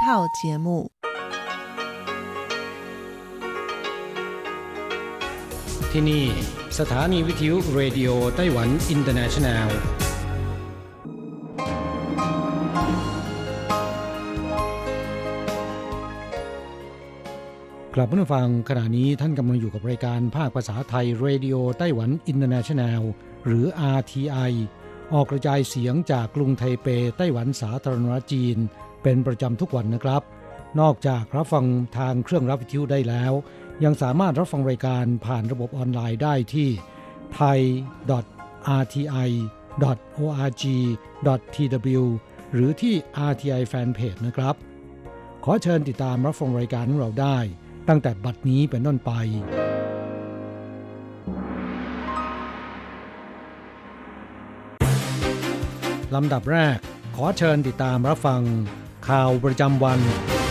套节目ที่นี่สถานีวิทยุเรดิโอไต้หวันอินเตอร์เนชั่นแนลกลับมาฟังขณะนี้ท่านกำลังอยู่กับรายการภาคภาษาไทยเรดิโอไต้หวันอินเตอร์เนชั่นแนลหรือ RTI ออกกระจายเสียงจากกรุงไทเปไต้หวันสาธารณรัฐจีนเป็นประจำทุกวันนะครับนอกจากรับฟังทางเครื่องรับวิทยุได้แล้วยังสามารถรับฟังรายการผ่านระบบออนไลน์ได้ที่ thai.rti.org.tw หรือที่ RTI Fanpage นะครับขอเชิญติดตามรับฟังรายการของเราได้ตั้งแต่บัดนี้เป็นต้นไปลำดับแรกขอเชิญติดตามรับฟังข่าวประจำวัน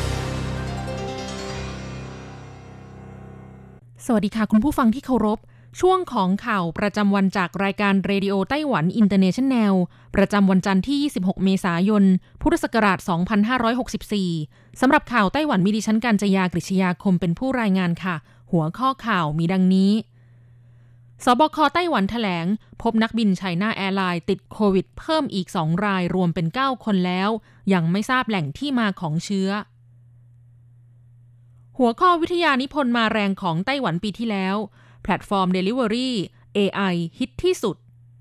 สวัสดีค่ะคุณผู้ฟังที่เคารพช่วงของข่าวประจำวันจากรายการเรดิโอไต้หวันอินเตอร์เนชั่นแนลประจำวันจันทร์ที่26เมษายนพุทธศักราช2564สำหรับข่าวไต้หวันมีดิฉันกัญจยากฤษยาคมเป็นผู้รายงานค่ะหัวข้อข่าวมีดังนี้สบคไต้หวันแถลงพบนักบินไชน่าแอร์ไลน์ติดโควิดเพิ่มอีก2รายรวมเป็น9คนแล้วยังไม่ทราบแหล่งที่มาของเชื้อหัวข้อวิทยานิพนธ์มาแรงของไต้หวันปีที่แล้วแพลตฟอร์ม Delivery AI ฮิตที่สุด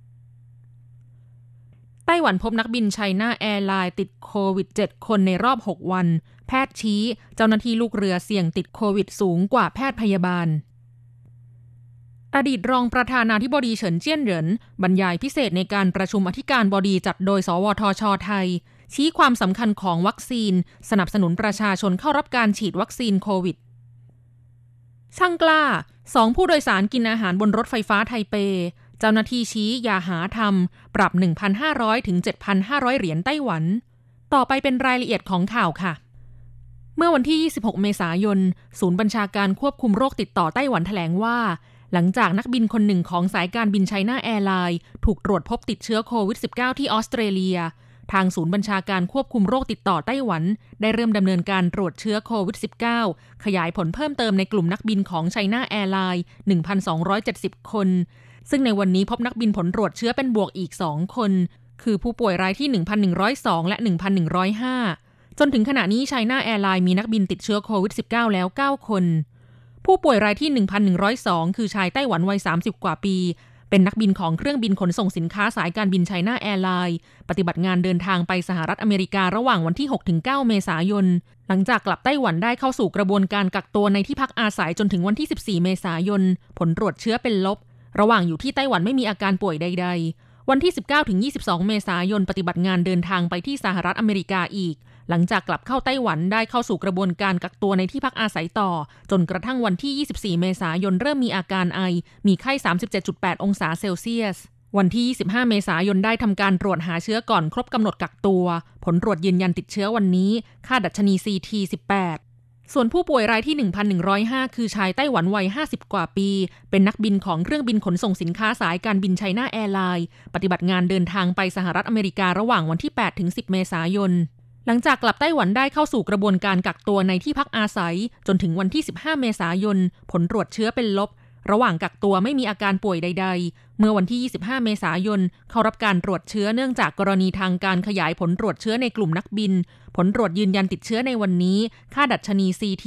ไต้หวันพบนักบินไชน่าแอร์ไลน์ติดโควิด7คนในรอบ6วันแพทย์ชี้เจ้าหน้าที่ลูกเรือเสี่ยงติดโควิดสูงกว่าแพทย์พยาบาลอดีตรองประธานาธิบดีเฉินเจี้ยนเหรินบรรยายพิเศษในการประชุมอธิการบดีจัดโดยสวทช.ไทยชี้ความสำคัญของวัคซีนสนับสนุนประชาชนเข้ารับการฉีดวัคซีนโควิดช่างกล้า2ผู้โดยสารกินอาหารบนรถไฟฟ้าไทเปเจ้าหน้าที่ชี้อย่าหาทำปรับ 1,500 ถึง 7,500 เหรียญไต้หวันต่อไปเป็นรายละเอียดของข่าวค่ะเมื่อวันที่26เมษายนศูนย์บัญชาการควบคุมโรคติดต่อไต้หวันแถลงว่าหลังจากนักบินคนหนึ่งของสายการบินไชน่าแอร์ไลน์ถูกตรวจพบติดเชื้อโควิด -19 ที่ออสเตรเลียทางศูนย์บัญชาการควบคุมโรคติดต่อไต้หวันได้เริ่มดำเนินการตรวจเชื้อโควิด -19 ขยายผลเพิ่มเติมในกลุ่มนักบินของไชน่าแอร์ไลน์ 1,270 คนซึ่งในวันนี้พบนักบินผลตรวจเชื้อเป็นบวกอีก2คนคือผู้ป่วยรายที่ 1,102 และ 1,105 จนถึงขณะนี้ไชน่าแอร์ไลน์มีนักบินติดเชื้อโควิด -19 แล้ว9คนผู้ป่วยรายที่ 1,102 คือชายไต้หวันวัย30 กว่าปีเป็นนักบินของเครื่องบินขนส่งสินค้าสายการบินไชน่าแอร์ไลน์ปฏิบัติงานเดินทางไปสหรัฐอเมริการะหว่างวันที่ 6-9 เมษายนหลังจากกลับไต้หวันได้เข้าสู่กระบวนการกักตัวในที่พักอาศัยจนถึงวันที่ 14 เมษายนผลตรวจเชื้อเป็นลบระหว่างอยู่ที่ไต้หวันไม่มีอาการป่วยใดๆวันที่ 19-22 เมษายนปฏิบัติงานเดินทางไปที่สหรัฐอเมริกาอีกหลังจากกลับเข้าไต้หวันได้เข้าสู่กระบวนการกักตัวในที่พักอาศัยต่อจนกระทั่งวันที่ 24 เมษายนเริ่มมีอาการไอมีไข้ 37.8 องศาเซลเซียสวันที่ 25 เมษายนได้ทำการตรวจหาเชื้อก่อนครบกำหนดกักตัวผลตรวจยืนยันติดเชื้อวันนี้ค่าดัชนี CT 18ส่วนผู้ป่วยรายที่ 1,105 คือชายไต้หวันวัย 50 กว่าปีเป็นนักบินของเครื่องบินขนส่งสินค้าสายการบินไชน่าแอร์ไลน์ปฏิบัติงานเดินทางไปสหรัฐอเมริการะหว่างวันที่ 8-10 เมษายนหลังจากกลับไต้หวันได้เข้าสู่กระบวนการกักตัวในที่พักอาศัยจนถึงวันที่ 15 เมษายนผลตรวจเชื้อเป็นลบระหว่างกักตัวไม่มีอาการป่วยใดๆเมื่อวันที่ 25 เมษายนเข้ารับการตรวจเชื้อเนื่องจากกรณีทางการขยายผลตรวจเชื้อในกลุ่มนักบินผลตรวจยืนยันติดเชื้อในวันนี้ค่าดัชนี CT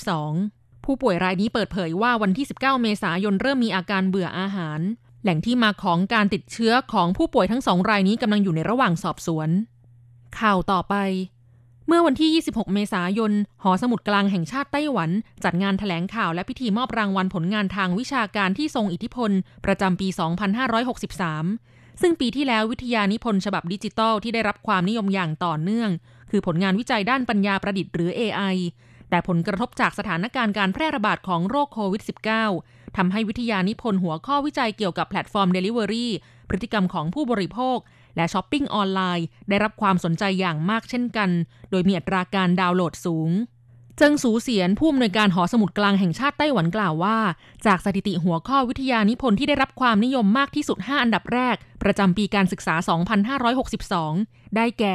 32ผู้ป่วยรายนี้เปิดเผยว่าวันที่ 19 เมษายนเริ่มมีอาการเบื่ออาหารแหล่งที่มาของการติดเชื้อของผู้ป่วยทั้ง2รายนี้กำลังอยู่ในระหว่างสอบสวนข่าวต่อไปเมื่อวันที่ 26 เมษายนหอสมุดกลางแห่งชาติไต้หวันจัดงานแถลงข่าวและพิธีมอบรางวัลผลงานทางวิชาการที่ทรงอิทธิพลประจำปี 2563 ซึ่งปีที่แล้ววิทยานิพนธ์ฉบับดิจิตอลที่ได้รับความนิยมอย่างต่อเนื่องคือผลงานวิจัยด้านปัญญาประดิษฐ์หรือ AI แต่ผลกระทบจากสถานการณ์การแพร่ระบาดของโรคโควิด -19 ทำให้วิทยานิพนธ์หัวข้อวิจัยเกี่ยวกับแพลตฟอร์ม Delivery พฤติกรรมของผู้บริโภคและช้อปปิ้งออนไลน์ได้รับความสนใจอย่างมากเช่นกันโดยมีอัตราการดาวน์โหลดสูงเจิงสูเสียนผู้อำนวยการหอสมุดกลางแห่งชาติไต้หวันกล่าวว่าจากสถิติหัวข้อวิทยานิพนธ์ที่ได้รับความนิยมมากที่สุด5อันดับแรกประจำปีการศึกษา 2562 ได้แก่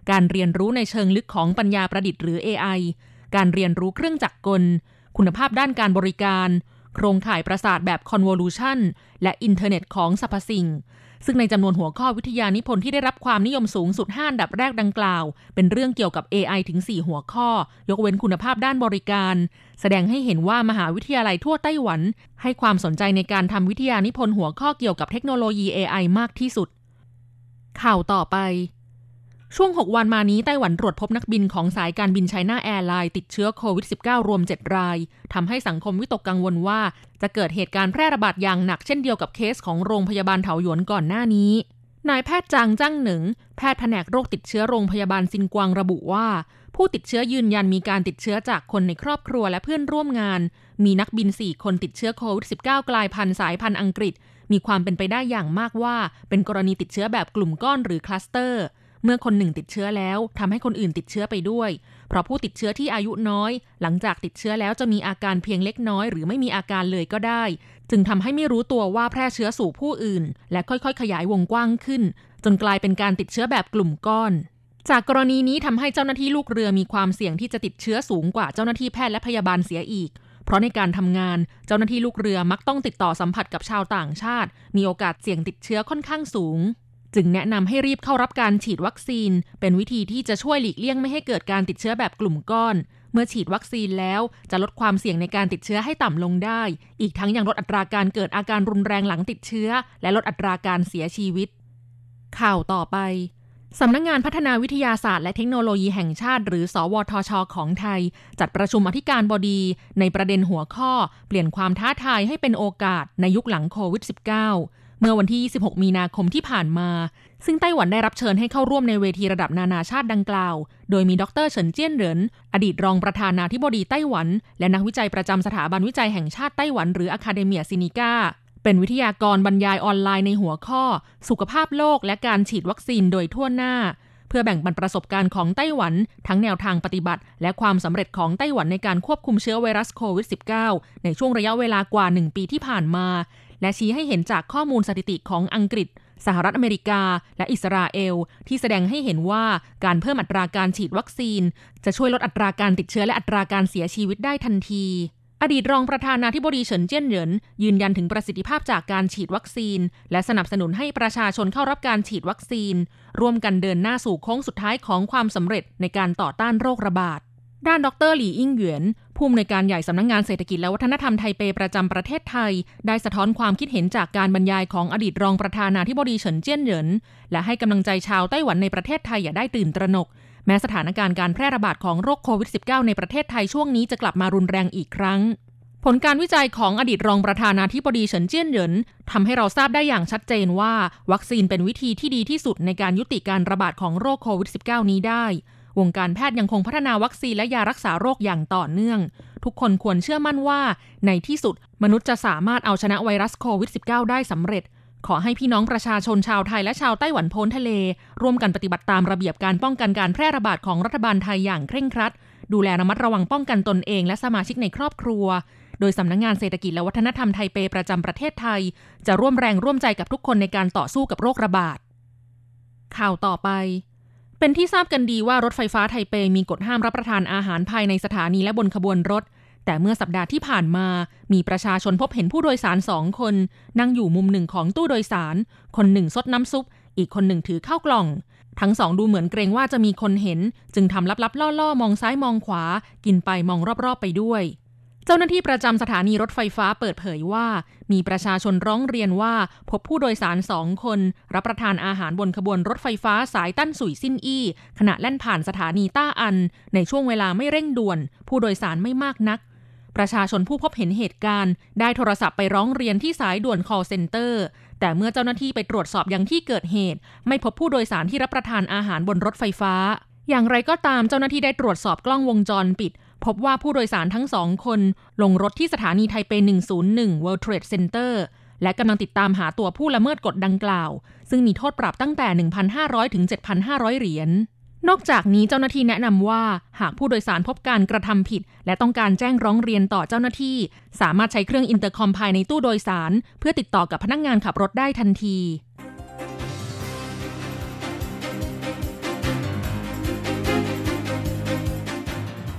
การเรียนรู้ในเชิงลึกของปัญญาประดิษฐ์หรือ AI การเรียนรู้เครื่องจักรกลคุณภาพด้านการบริการโครงข่ายประสาทแบบ Convolution และอินเทอร์เน็ตของสรรพสิ่งซึ่งในจำนวนหัวข้อวิทยานิพนธ์ที่ได้รับความนิยมสูงสุด5อันดับแรกดังกล่าวเป็นเรื่องเกี่ยวกับ AI ถึง4หัวข้อยกเว้นคุณภาพด้านบริการแสดงให้เห็นว่ามหาวิทยาลัยทั่วไต้หวันให้ความสนใจในการทำวิทยานิพนธ์หัวข้อเกี่ยวกับเทคโนโลยี AI มากที่สุดข่าวต่อไปช่วง6วันมานี้ไต้หวันตรวจพบนักบินของสายการบินไชน่าแอร์ไลน์ติดเชื้อโควิด -19 รวม7รายทำให้สังคมวิตกกังวลว่าจะเกิดเหตุการณ์แพร่ระบาดอย่างหนักเช่นเดียวกับเคสของโรงพยาบาลเถาหยวนก่อนหน้านี้นายแพทย์จางจ้างหนึ่งแพทย์แผนกโรคติดเชื้อโรงพยาบาลซินกวางระบุว่าผู้ติดเชื้อยืนยันมีการติดเชื้อจากคนในครอบครัวและเพื่อนร่วมงานมีนักบิน4คนติดเชื้อโควิด -19 กลายพันธุ์สายพันธุ์อังกฤษมีความเป็นไปได้อย่างมากว่าเป็นกรณีติดเชื้อแบบกลุ่มก้อนหรือคลัสเตอร์เมื่อคนหนึ่งติดเชื้อแล้วทำให้คนอื่นติดเชื้อไปด้วยเพราะผู้ติดเชื้อที่อายุน้อยหลังจากติดเชื้อแล้วจะมีอาการเพียงเล็กน้อยหรือไม่มีอาการเลยก็ได้จึงทำให้ไม่รู้ตัวว่าแพร่เชื้อสู่ผู้อื่นและค่อยๆขยายวงกว้างขึ้นจนกลายเป็นการติดเชื้อแบบกลุ่มก้อนจากกรณีนี้ทำให้เจ้าหน้าที่ลูกเรือมีความเสี่ยงที่จะติดเชื้อสูงกว่าเจ้าหน้าที่แพทย์และพยาบาลเสียอีกเพราะในการทำงานเจ้าหน้าที่ลูกเรือมักต้องติดต่อสัมผัสกับชาวต่างชาติมีโอกาสเสี่ยงติดเชื้อค่อนข้างสูงจึงแนะนำให้รีบเข้ารับการฉีดวัคซีนเป็นวิธีที่จะช่วยหลีกเลี่ยงไม่ให้เกิดการติดเชื้อแบบกลุ่มก้อนเมื่อฉีดวัคซีนแล้วจะลดความเสี่ยงในการติดเชื้อให้ต่ำลงได้อีกทั้งยังลดอัตราการเกิดอาการรุนแรงหลังติดเชื้อและลดอัตราการเสียชีวิตข่าวต่อไปสำนักงานพัฒนาวิทยาศาสตร์และเทคโนโลยีแห่งชาติหรือสวทช.ของไทยจัดประชุมอธิการบดีในประเด็นหัวข้อเปลี่ยนความท้าทายให้เป็นโอกาสในยุคหลังโควิด -19 เมื่อวันที่26มีนาคมที่ผ่านมาซึ่งไต้หวันได้รับเชิญให้เข้าร่วมในเวทีระดับนานาชาติดังกล่าวโดยมีดร.เฉินเจี้ยนเหรินอดีตรองประธานาธิบดีไต้หวันและนักวิจัยประจำสถาบันวิจัยแห่งชาติไต้หวันหรือ Academia Sinica เป็นวิทยากรบรรยายออนไลน์ในหัวข้อสุขภาพโลกและการฉีดวัคซีนโดยทั่วหน้าเพื่อแบ่งปันประสบการณ์ของไต้หวันทั้งแนวทางปฏิบัติและความสำเร็จของไต้หวันในการควบคุมเชื้อไวรัสโควิด -19 ในช่วงระยะเวลากว่า1ปีที่ผ่านมาและชี้ให้เห็นจากข้อมูลสถิติของอังกฤษสหรัฐอเมริกาและอิสราเอลที่แสดงให้เห็นว่าการเพิ่มอัตราการฉีดวัคซีนจะช่วยลดอัตราการติดเชื้อและอัตราการเสียชีวิตได้ทันทีอดีตรองประธานาธิบดีเฉินเจี้ยนเหรินยืนยันถึงประสิทธิภาพจากการฉีดวัคซีนและสนับสนุนให้ประชาชนเข้ารับการฉีดวัคซีนร่วมกันเดินหน้าสู่โค้งสุดท้ายของความสำเร็จในการต่อต้านโรคระบาดด้านดร.หลี่อิ่งเหวียนผู้อำนวยการใหญ่สำนักงานเศรษฐกิจและวัฒนธรรมไทเปประจำประเทศไทยได้สะท้อนความคิดเห็นจากการบรรยายของอดีตรองประธานาธิบดีเฉินเจี้ยนเหรินและให้กำลังใจชาวไต้หวันในประเทศไทยอย่าได้ตื่นตระหนกแม้สถานการณ์การแพร่ระบาดของโรคโควิด -19 ในประเทศไทยช่วงนี้จะกลับมารุนแรงอีกครั้งผลการวิจัยของอดีตรองประธานาธิบดีเฉินเจี้ยนเหรินทำให้เราทราบได้อย่างชัดเจนว่าวัคซีนเป็นวิธีที่ดีที่สุดในการยุติการระบาดของโรคโควิด -19 นี้ได้วงการแพทย์ยังคงพัฒนาวัคซีนและยารักษาโรคอย่างต่อเนื่องทุกคนควรเชื่อมั่นว่าในที่สุดมนุษย์จะสามารถเอาชนะไวรัสโควิด -19 ได้สำเร็จขอให้พี่น้องประชาชนชาวไทยและชาวไต้หวันพ้นทะเลร่วมกันปฏิบัติตามระเบียบการป้องกันการแพร่ระบาดของรัฐบาลไทยอย่างเคร่งครัดดูแลระมัดระวังป้องกันตนเองและสมาชิกในครอบครัวโดยสำนักงานเศรษฐกิจและวัฒนธรรมไทเปประจำประเทศไทยจะร่วมแรงร่วมใจกับทุกคนในการต่อสู้กับโรคระบาดข่าวต่อไปเป็นที่ทราบกันดีว่ารถไฟฟ้าไทเปมีกฎห้ามรับประทานอาหารภายในสถานีและบนขบวนรถแต่เมื่อสัปดาห์ที่ผ่านมามีประชาชนพบเห็นผู้โดยสาร2คนนั่งอยู่มุมหนึ่งของตู้โดยสารคนหนึ่งซดน้ำซุปอีกคนหนึ่งถือข้าวกล่องทั้งสองดูเหมือนเกรงว่าจะมีคนเห็นจึงทำลับๆล่อๆมองซ้ายมองขวากินไปมองรอบๆไปด้วยเจ้าหน้าที่ประจำสถานีรถไฟฟ้าเปิดเผยว่ามีประชาชนร้องเรียนว่าพบผู้โดยสาร2คนรับประทานอาหารบนขบวนรถไฟฟ้าสายตั้นสุยซินอี้ขณะแล่นผ่านสถานีต้าอันในช่วงเวลาไม่เร่งด่วนผู้โดยสารไม่มากนักประชาชนผู้พบเห็นเหตุการณ์ได้โทรศัพท์ไปร้องเรียนที่สายด่วน call center แต่เมื่อเจ้าหน้าที่ไปตรวจสอบยังที่เกิดเหตุไม่พบผู้โดยสารที่รับประทานอาหารบนรถไฟฟ้าอย่างไรก็ตามเจ้าหน้าที่ได้ตรวจสอบกล้องวงจรปิดพบว่าผู้โดยสารทั้ง2คนลงรถที่สถานีไทเป101 World Trade Center และกำลังติดตามหาตัวผู้ละเมิดกฎดังกล่าวซึ่งมีโทษปรับตั้งแต่ 1,500 ถึง 7,500 เหรียญนอกจากนี้เจ้าหน้าที่แนะนำว่าหากผู้โดยสารพบการกระทำผิดและต้องการแจ้งร้องเรียนต่อเจ้าหน้าที่สามารถใช้เครื่องอินเตอร์คอมภายในตู้โดยสารเพื่อติดต่อกับพนักงานขับรถได้ทันที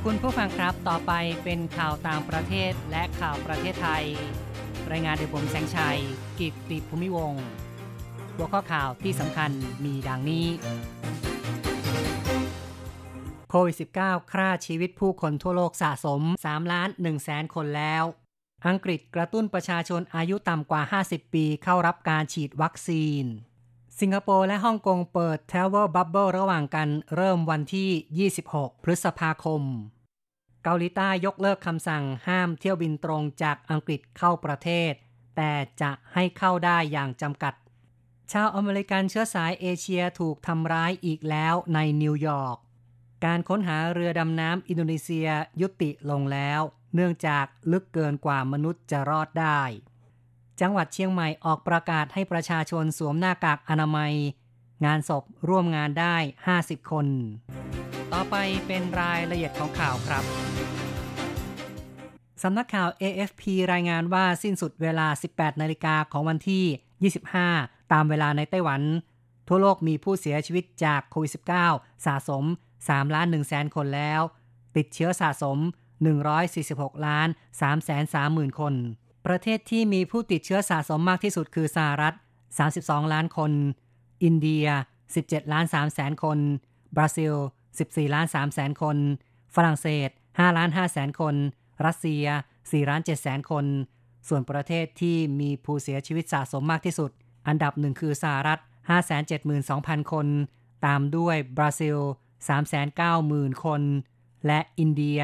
คุณผู้ฟังครับต่อไปเป็นข่าวต่างประเทศและข่าวประเทศไทยรายงานโดยผมแสงชัยกิตติภูมิวงศ์หัวข้อข่าวที่สำคัญมีดังนี้โควิด -19 ฆ่าชีวิตผู้คนทั่วโลกสะสม 3,100,000 คนแล้วอังกฤษกระตุ้นประชาชนอายุต่ำกว่า50ปีเข้ารับการฉีดวัคซีนสิงคโปร์และฮ่องกงเปิด Travel Bubble ระหว่างกันเริ่มวันที่26พฤษภาคมเกาหลีใต้ยกเลิกคำสั่งห้ามเที่ยวบินตรงจากอังกฤษเข้าประเทศแต่จะให้เข้าได้อย่างจำกัดชาวอเมริกันเชื้อสายเอเชียถูกทำร้ายอีกแล้วในนิวยอร์กการค้นหาเรือดำน้ำอินโดนีเซียยุติลงแล้วเนื่องจากลึกเกินกว่ามนุษย์จะรอดได้จังหวัดเชียงใหม่ออกประกาศให้ประชาชนสวมหน้ากากอนามัยงานศพร่วมงานได้50คนต่อไปเป็นรายละเอียดของข่าวครับสำนักข่าว AFP รายงานว่าสิ้นสุดเวลา 18 นาฬิกาของวันที่25ตามเวลาในไต้หวันทั่วโลกมีผู้เสียชีวิตจากโควิด -19 สะสม 3,100,000 คนแล้วติดเชื้อสะสม 146,330,000 คนประเทศที่มีผู้ติดเชื้อสะสมมากที่สุดคือสหรัฐ32ล้านคนอินเดีย17.3 คนบราซิล14.3 คนฝรั่งเศส5.5 คนรัสเซีย4.7 คนส่วนประเทศที่มีผู้เสียชีวิตสะสมมากที่สุดอันดับ1คือสหรัฐ 572,000 คนตามด้วยบราซิล 390,000 คนและอินเดีย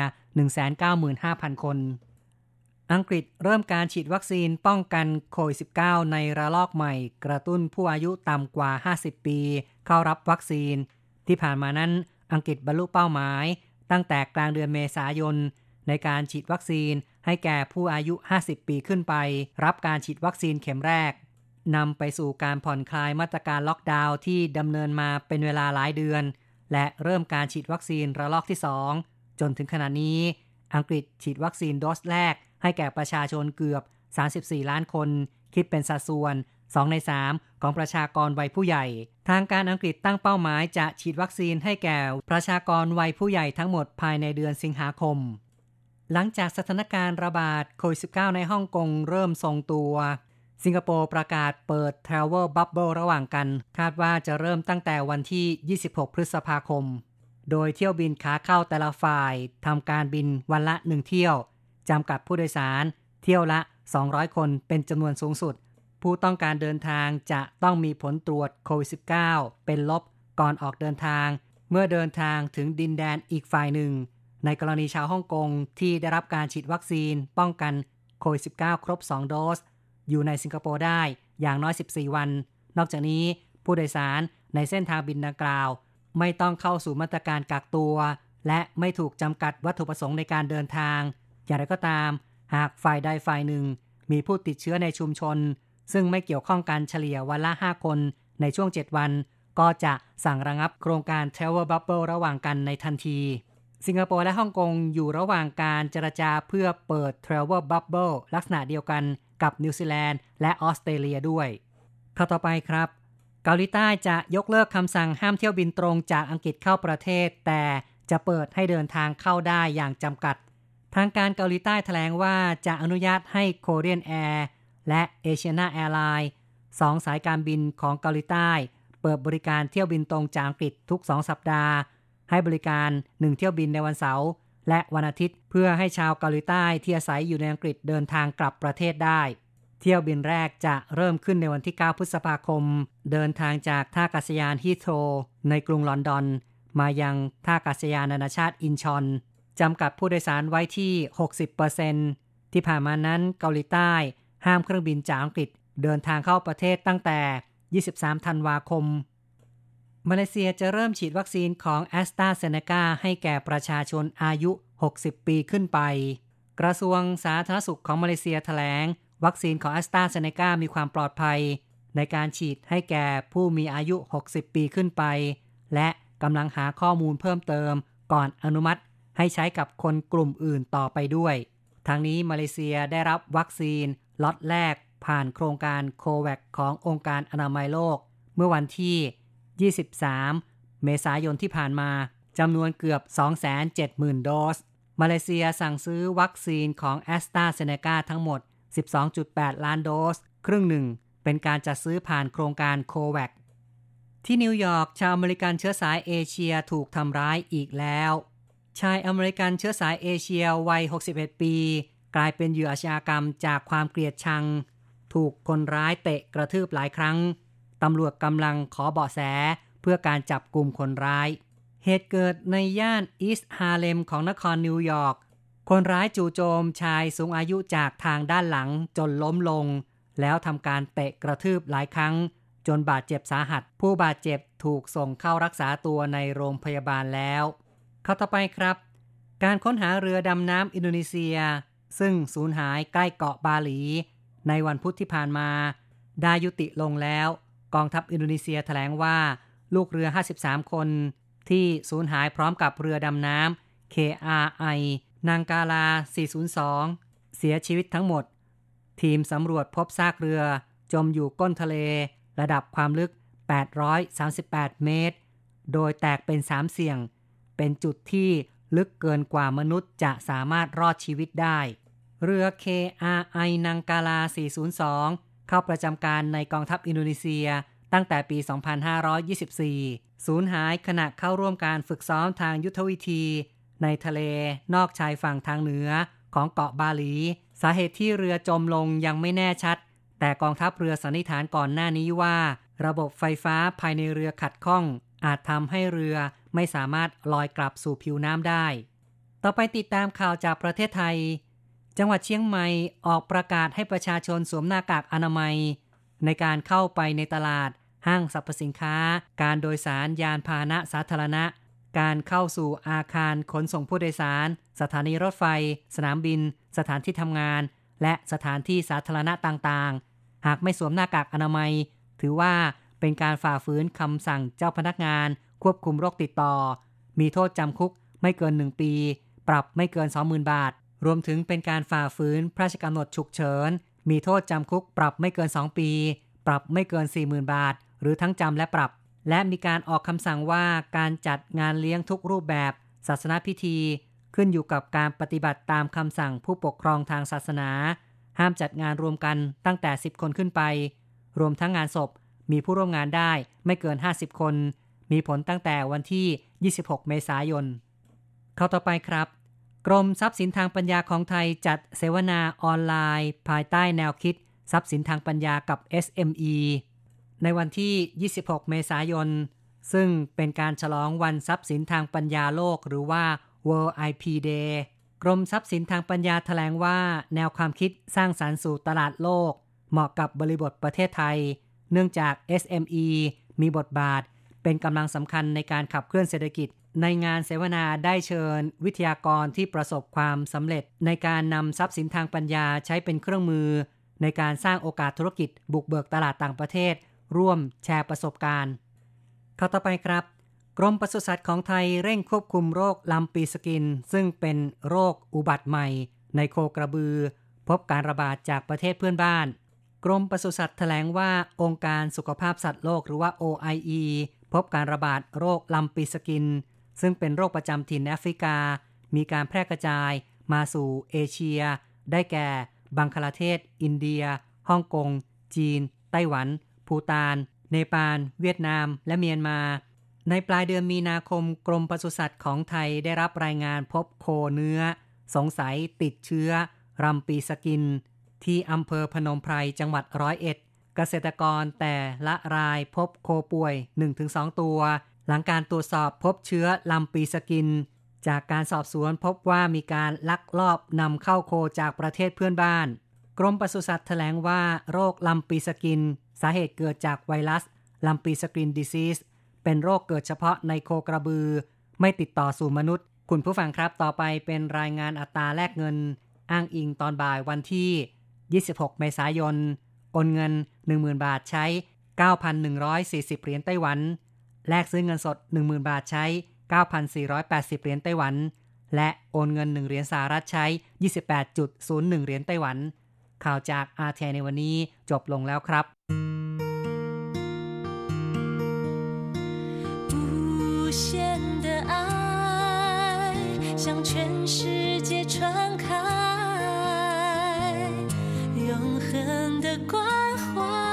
195,000 คนอังกฤษเริ่มการฉีดวัคซีนป้องกันโควิด -19 ในระลอกใหม่กระตุ้นผู้อายุต่ำกว่า50ปีเข้ารับวัคซีนที่ผ่านมานั้นอังกฤษบรรลุเป้าหมายตั้งแต่กลางเดือนเมษายนในการฉีดวัคซีนให้แก่ผู้อายุ50ปีขึ้นไปรับการฉีดวัคซีนเข็มแรกนำไปสู่การผ่อนคลายมาตรการล็อกดาวน์ที่ดำเนินมาเป็นเวลาหลายเดือนและเริ่มการฉีดวัคซีนระลอกที่2จนถึงขณะนี้อังกฤษฉีดวัคซีนโดสแรกให้แก่ประชาชนเกือบ34ล้านคนคิดเป็นสัดส่วน2ใน3ของประชากรวัยผู้ใหญ่ทางการอังกฤษตั้งเป้าหมายจะฉีดวัคซีนให้แก่ประชากรวัยผู้ใหญ่ทั้งหมดภายในเดือนสิงหาคมหลังจากสถานการณ์ระบาดโควิด -19 ในฮ่องกงเริ่มทรงตัวสิงคโปร์ประกาศเปิด Travel Bubble ระหว่างกันคาดว่าจะเริ่มตั้งแต่วันที่26พฤษภาคมโดยเที่ยวบินขาเข้าแต่ละฝ่ายทำการบินวันละ1เที่ยวจำกัดผู้โดยสารเที่ยวละ200คนเป็นจำนวนสูงสุดผู้ต้องการเดินทางจะต้องมีผลตรวจโควิด -19 เป็นลบก่อนออกเดินทางเมื่อเดินทางถึงดินแดนอีกฝ่ายหนึ่งในกรณีชาวฮ่องกงที่ได้รับการฉีดวัคซีนป้องกันโควิด -19 ครบ2โดสอยู่ในสิงคโปร์ได้อย่างน้อย14วันนอกจากนี้ผู้โดยสารในเส้นทางบินดังกล่าวไม่ต้องเข้าสู่มาตรการกักตัวและไม่ถูกจำกัดวัตถุประสงค์ในการเดินทางอย่างไรก็ตามหากฝ่ายใดฝ่ายหนึ่งมีผู้ติดเชื้อในชุมชนซึ่งไม่เกี่ยวข้องกันเฉลี่ยวันละ5คนในช่วง7วันก็จะสั่งระงับโครงการ Travel Bubble ระหว่างกันในทันทีสิงคโปร์และฮ่องกงอยู่ระหว่างการเจรจาเพื่อเปิด Travel Bubble ลักษณะเดียวกันกับนิวซีแลนด์และออสเตรเลียด้วยข้อต่อไปครับเกาหลีใต้จะยกเลิกคำสั่งห้ามเที่ยวบินตรงจากอังกฤษเข้าประเทศแต่จะเปิดให้เดินทางเข้าได้อย่างจำกัดทางการเกาหลีใต้แถลงว่าจะอนุญาตให้ Korean Air และ Asiana Airlines 2 สายการบินของเกาหลีใต้เปิดบริการเที่ยวบินตรงจากอังกฤษทุก2สัปดาห์ให้บริการ1เที่ยวบินในวันเสาร์และวันอาทิตย์เพื่อให้ชาวเกาหลีใต้ที่อาศัยอยู่ในอังกฤษเดินทางกลับประเทศได้เที่ยวบินแรกจะเริ่มขึ้นในวันที่9พฤษภาคมเดินทางจากท่าอากาศยานฮีโธรในกรุงลอนดอนมายังท่าอากาศยานนานาชาติอินชอนจำกัดผู้โดยสารไว้ที่ 60% ที่ผ่านมานั้นเกาหลีใต้ห้ามเครื่องบินจากอังกฤษเดินทางเข้าประเทศตั้งแต่23ธันวาคมมาเลเซียจะเริ่มฉีดวัคซีนของ AstraZeneca ให้แก่ประชาชนอายุ60ปีขึ้นไปกระทรวงสาธารณสุขของมาเลเซียแถลงวัคซีนของ AstraZeneca มีความปลอดภัยในการฉีดให้แก่ผู้มีอายุ60ปีขึ้นไปและกำลังหาข้อมูลเพิ่มเติมก่อนอนุมัติให้ใช้กับคนกลุ่มอื่นต่อไปด้วยทางนี้มาเลเซียได้รับวัคซีนล็อตแรกผ่านโครงการโคแวคขององค์การอนามัยโลกเมื่อวันที่23เมษายนที่ผ่านมาจำนวนเกือบ 270,000 โดสมาเลเซียสั่งซื้อวัคซีนของ AstraZeneca ทั้งหมด 12.8 ล้านโดสครึ่งหนึ่งเป็นการจัดซื้อผ่านโครงการโคแวคที่นิวยอร์กชาวอเมริกันเชื้อสายเอเชียถูกทำร้ายอีกแล้วชายอเมริกันเชื้อสายเอเชียวัย 61 ปีกลายเป็นเหยื่ออาชญากรรมจากความเกลียดชังถูกคนร้ายเตะกระทืบหลายครั้งตำรวจกำลังขอเบาะแสเพื่อการจับกุมคนร้ายเหตุเกิดในย่านอีสต์ฮาร์เลมของนครนิวยอร์กคนร้ายจู่โจมชายสูงอายุจากทางด้านหลังจนล้มลงแล้วทำการเตะกระทืบหลายครั้งจนบาดเจ็บสาหัสผู้บาดเจ็บถูกส่งเข้ารักษาตัวในโรงพยาบาลแล้วเข้าต่อไปครับการค้นหาเรือดำน้ำอินโดนีเซียซึ่งสูญหายใกล้เกาะบาหลีในวันพุธที่ผ่านมาได้ยุติลงแล้วกองทัพอินโดนีเซียแถลงว่าลูกเรือ53คนที่สูญหายพร้อมกับเรือดำน้ำ KRI นางกาลา402เสียชีวิตทั้งหมดทีมสำรวจพบซากเรือจมอยู่ก้นทะเลระดับความลึก838เมตรโดยแตกเป็น3เสี่ยงเป็นจุดที่ลึกเกินกว่ามนุษย์จะสามารถรอดชีวิตได้เรือ KRI นางกาลา402เข้าประจำการในกองทัพอินโดนีเซียตั้งแต่ปี 2524 สูญหายขณะเข้าร่วมการฝึกซ้อมทางยุทธวิธีในทะเลนอกชายฝั่งทางเหนือของเกาะบาหลีสาเหตุที่เรือจมลงยังไม่แน่ชัดแต่กองทัพเรือสันนิษฐานก่อนหน้านี้ว่าระบบไฟฟ้าภายในเรือขัดข้องอาจทำให้เรือไม่สามารถลอยกลับสู่ผิวน้ำได้ต่อไปติดตามข่าวจากประเทศไทยจังหวัดเชียงใหม่ออกประกาศให้ประชาชนสวมหน้ากากอนามัยในการเข้าไปในตลาดห้างสรรพสินค้าการโดยสารยานพาหนะสาธารณะการเข้าสู่อาคารขนส่งผู้โดยสารสถานีรถไฟสนามบินสถานที่ทำงานและสถานที่สาธารณะต่างๆหากไม่สวมหน้ากากอนามัยถือว่าเป็นการฝ่าฝืนคำสั่งเจ้าพนักงานควบคุมโรคติดต่อมีโทษจำคุกไม่เกิน1ปีปรับไม่เกิน 20,000 บาทรวมถึงเป็นการฝ่าฝืนพระราชกำหนดฉุกเฉินมีโทษจำคุกปรับไม่เกิน2ปีปรับไม่เกิน 40,000 บาทหรือทั้งจำและปรับและมีการออกคำสั่งว่าการจัดงานเลี้ยงทุกรูปแบบศาสนพิธีขึ้นอยู่กับการปฏิบัติตามคำสั่งผู้ปกครองทางศาสนาห้ามจัดงานรวมกันตั้งแต่10คนขึ้นไปรวมทั้งงานศพมีผู้ร่วมงานได้ไม่เกิน50คนมีผลตั้งแต่วันที่26เมษายนเข้าต่อไปครับกรมทรัพย์สินทางปัญญาของไทยจัดเสวนาออนไลน์ภายใต้แนวคิดทรัพย์สินทางปัญญากับ SME ในวันที่26เมษายนซึ่งเป็นการฉลองวันทรัพย์สินทางปัญญาโลกหรือว่า World IP Day กรมทรัพย์สินทางปัญญาแถลงว่าแนวความคิดสร้างสรรค์สู่ตลาดโลกเหมาะกับบริบทประเทศไทยเนื่องจาก SME มีบทบาทเป็นกำลังสำคัญในการขับเคลื่อนเศรษฐกิจในงานเสวนาได้เชิญวิทยากรที่ประสบความสำเร็จในการนำทรัพย์สินทางปัญญาใช้เป็นเครื่องมือในการสร้างโอกาสธุรกิจบุกเบิกตลาดต่างประเทศร่วมแชร์ประสบการณ์เข้าต่อไปครับกรมปศุสัตว์ของไทยเร่งควบคุมโรคลำปีสกินซึ่งเป็นโรคอุบัติใหม่ในโคกระบือพบการระบาดจากประเทศเพื่อนบ้านกรมปศุสัตว์แถลงว่าองค์การสุขภาพสัตว์โลกหรือว่า OIE พบการระบาดโรคลำปีสกินซึ่งเป็นโรคประจำถิ่นแอฟริกามีการแพร่กระจายมาสู่เอเชียได้แก่บังคลาเทศอินเดียฮ่องกงจีนไต้หวันภูฏานเนปาลเวียดนามและเมียนมาในปลายเดือนมีนาคมกรมปศุสัตว์ของไทยได้รับรายงานพบโคเนื้อสงสัยติดเชื้อลำปีสกินที่อำเภอพนมไพรจังหวัด101เกษตรกรแต่ละรายพบโคป่วย 1-2 ตัวหลังการตรวจสอบพบเชื้อลำปีสกินจากการสอบสวนพบว่ามีการลักลอบนำเข้าโคจากประเทศเพื่อนบ้านกรมปศุสัตว์แถลงว่าโรคลำปีสกินสาเหตุเกิดจากไวรัสลำปีสกินดิซีสเป็นโรคเกิดเฉพาะในโคกระบือไม่ติดต่อสู่มนุษย์คุณผู้ฟังครับต่อไปเป็นรายงานอัตราแลกเงินอ้างอิงตอนบ่ายวันที่26เมษายนโอนเงิน 10,000 บาทใช้ 9,140 เหรียญไต้หวันแลกซื้อเงินสด 10,000 บาทใช้ 9,480 เหรียญไต้หวันและโอนเงิน1เหรียญสหรัฐใช้ 28.01 เหรียญไต้หวันข่าวจาก RTI ในวันนี้จบลงแล้วครับ无限的爱向全世界传开永恒的关怀，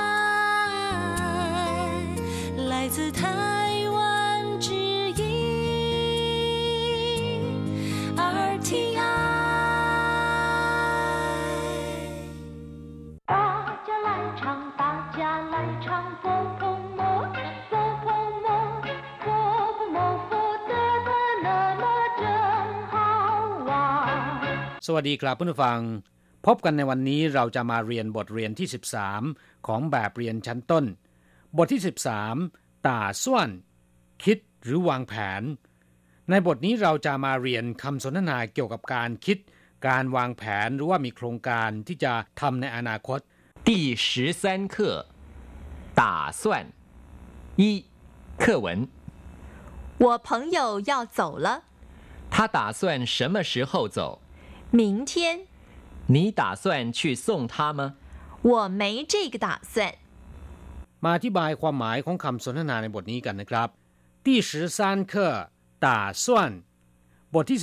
来自台湾之音 RTI。 大家来唱，大家来唱，佛佛摩，佛佛摩，佛佛摩，佛得得那么真好玩。 สวัสดีครับผู้ฟังพบกันในวันนี้เราจะมาเรียนบทเรียนที่13ของแบบเรียนชั้นต้นบทที่13ต่าส่วนคิดหรือวางแผนในบทนี้เราจะมาเรียนคำสนทนาเกี่ยวกับการคิดการวางแผนหรือว่ามีโครงการที่จะทำในอนาคต第13课打算一课文我朋友要走了， 他打算什么时候走？ 明天。 你打算去送他吗？ 我没这个打算。 มาอธิบายความหมายของคำสนทนาในบทนี้กันนะครับ第13课打算บทที่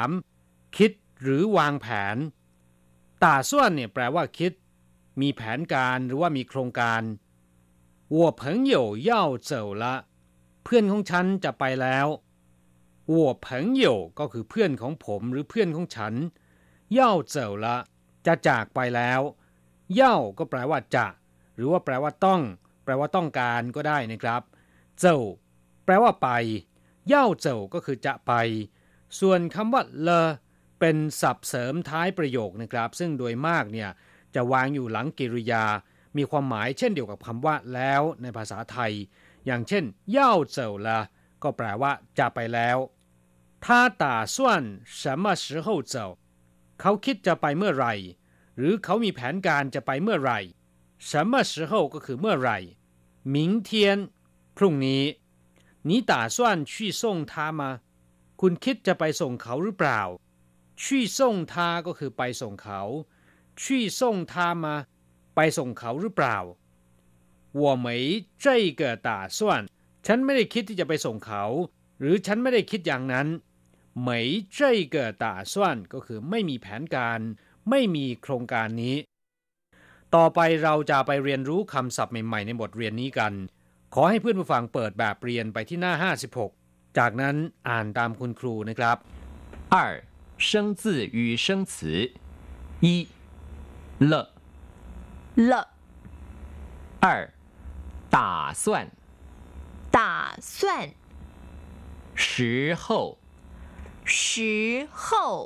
13คิดหรือวางแผน打算เนี่ยแปลว่าคิดมีแผนการหรือว่ามีโครงการ我朋友要走了เพื่อนของฉันจะไปแล้ว我朋友ก็คือเพื่อนของผมหรือเพื่อนของฉัน要走了จะจากไปแล้ว要ก็แปลว่าจะหรือว่าแปลว่าต้องแปลว่าต้องการก็ได้นะครับเจ้าแปลว่าไป要走ก็คือจะไปส่วนคำว่าเลเป็นศัพท์เสริมท้ายประโยคนะครับซึ่งโดยมากเนี่ยจะวางอยู่หลังกริยามีความหมายเช่นเดียวกับคำว่าแล้วในภาษาไทยอย่างเช่น要走了ก็แปลว่าจะไปแล้ว他打算什么时候走เขาคิดจะไปเมื่อไหร่หรือเขามีแผนการจะไปเมื่อไหร่什么时候ก็คือเมื่อไหร่明天พรุ่งนี้你打算去送他吗คุณคิดจะไปส่งเขาหรือเปล่า去送他ก็คือไปส่งเขา去送他吗ไปส่งเขาหรือเปล่า我没这个打算ฉันไม่ได้คิดที่จะไปส่งเขาหรือฉันไม่ได้คิดอย่างนั้น没这个打算ก็คือไม่มีแผนการไม่มีโครงการนี้ต่อไปเราจะไปเรียนรู้คำศัพท์ใหม่ๆในบทเรียนนี้กันขอให้เพื่อนผู้ฟังเปิดแบบเรียนไปที่หน้า56จากนั้นอ่านตามคุณครูนะครับ二生字与生词一了了。 二打算打算。 时候时候。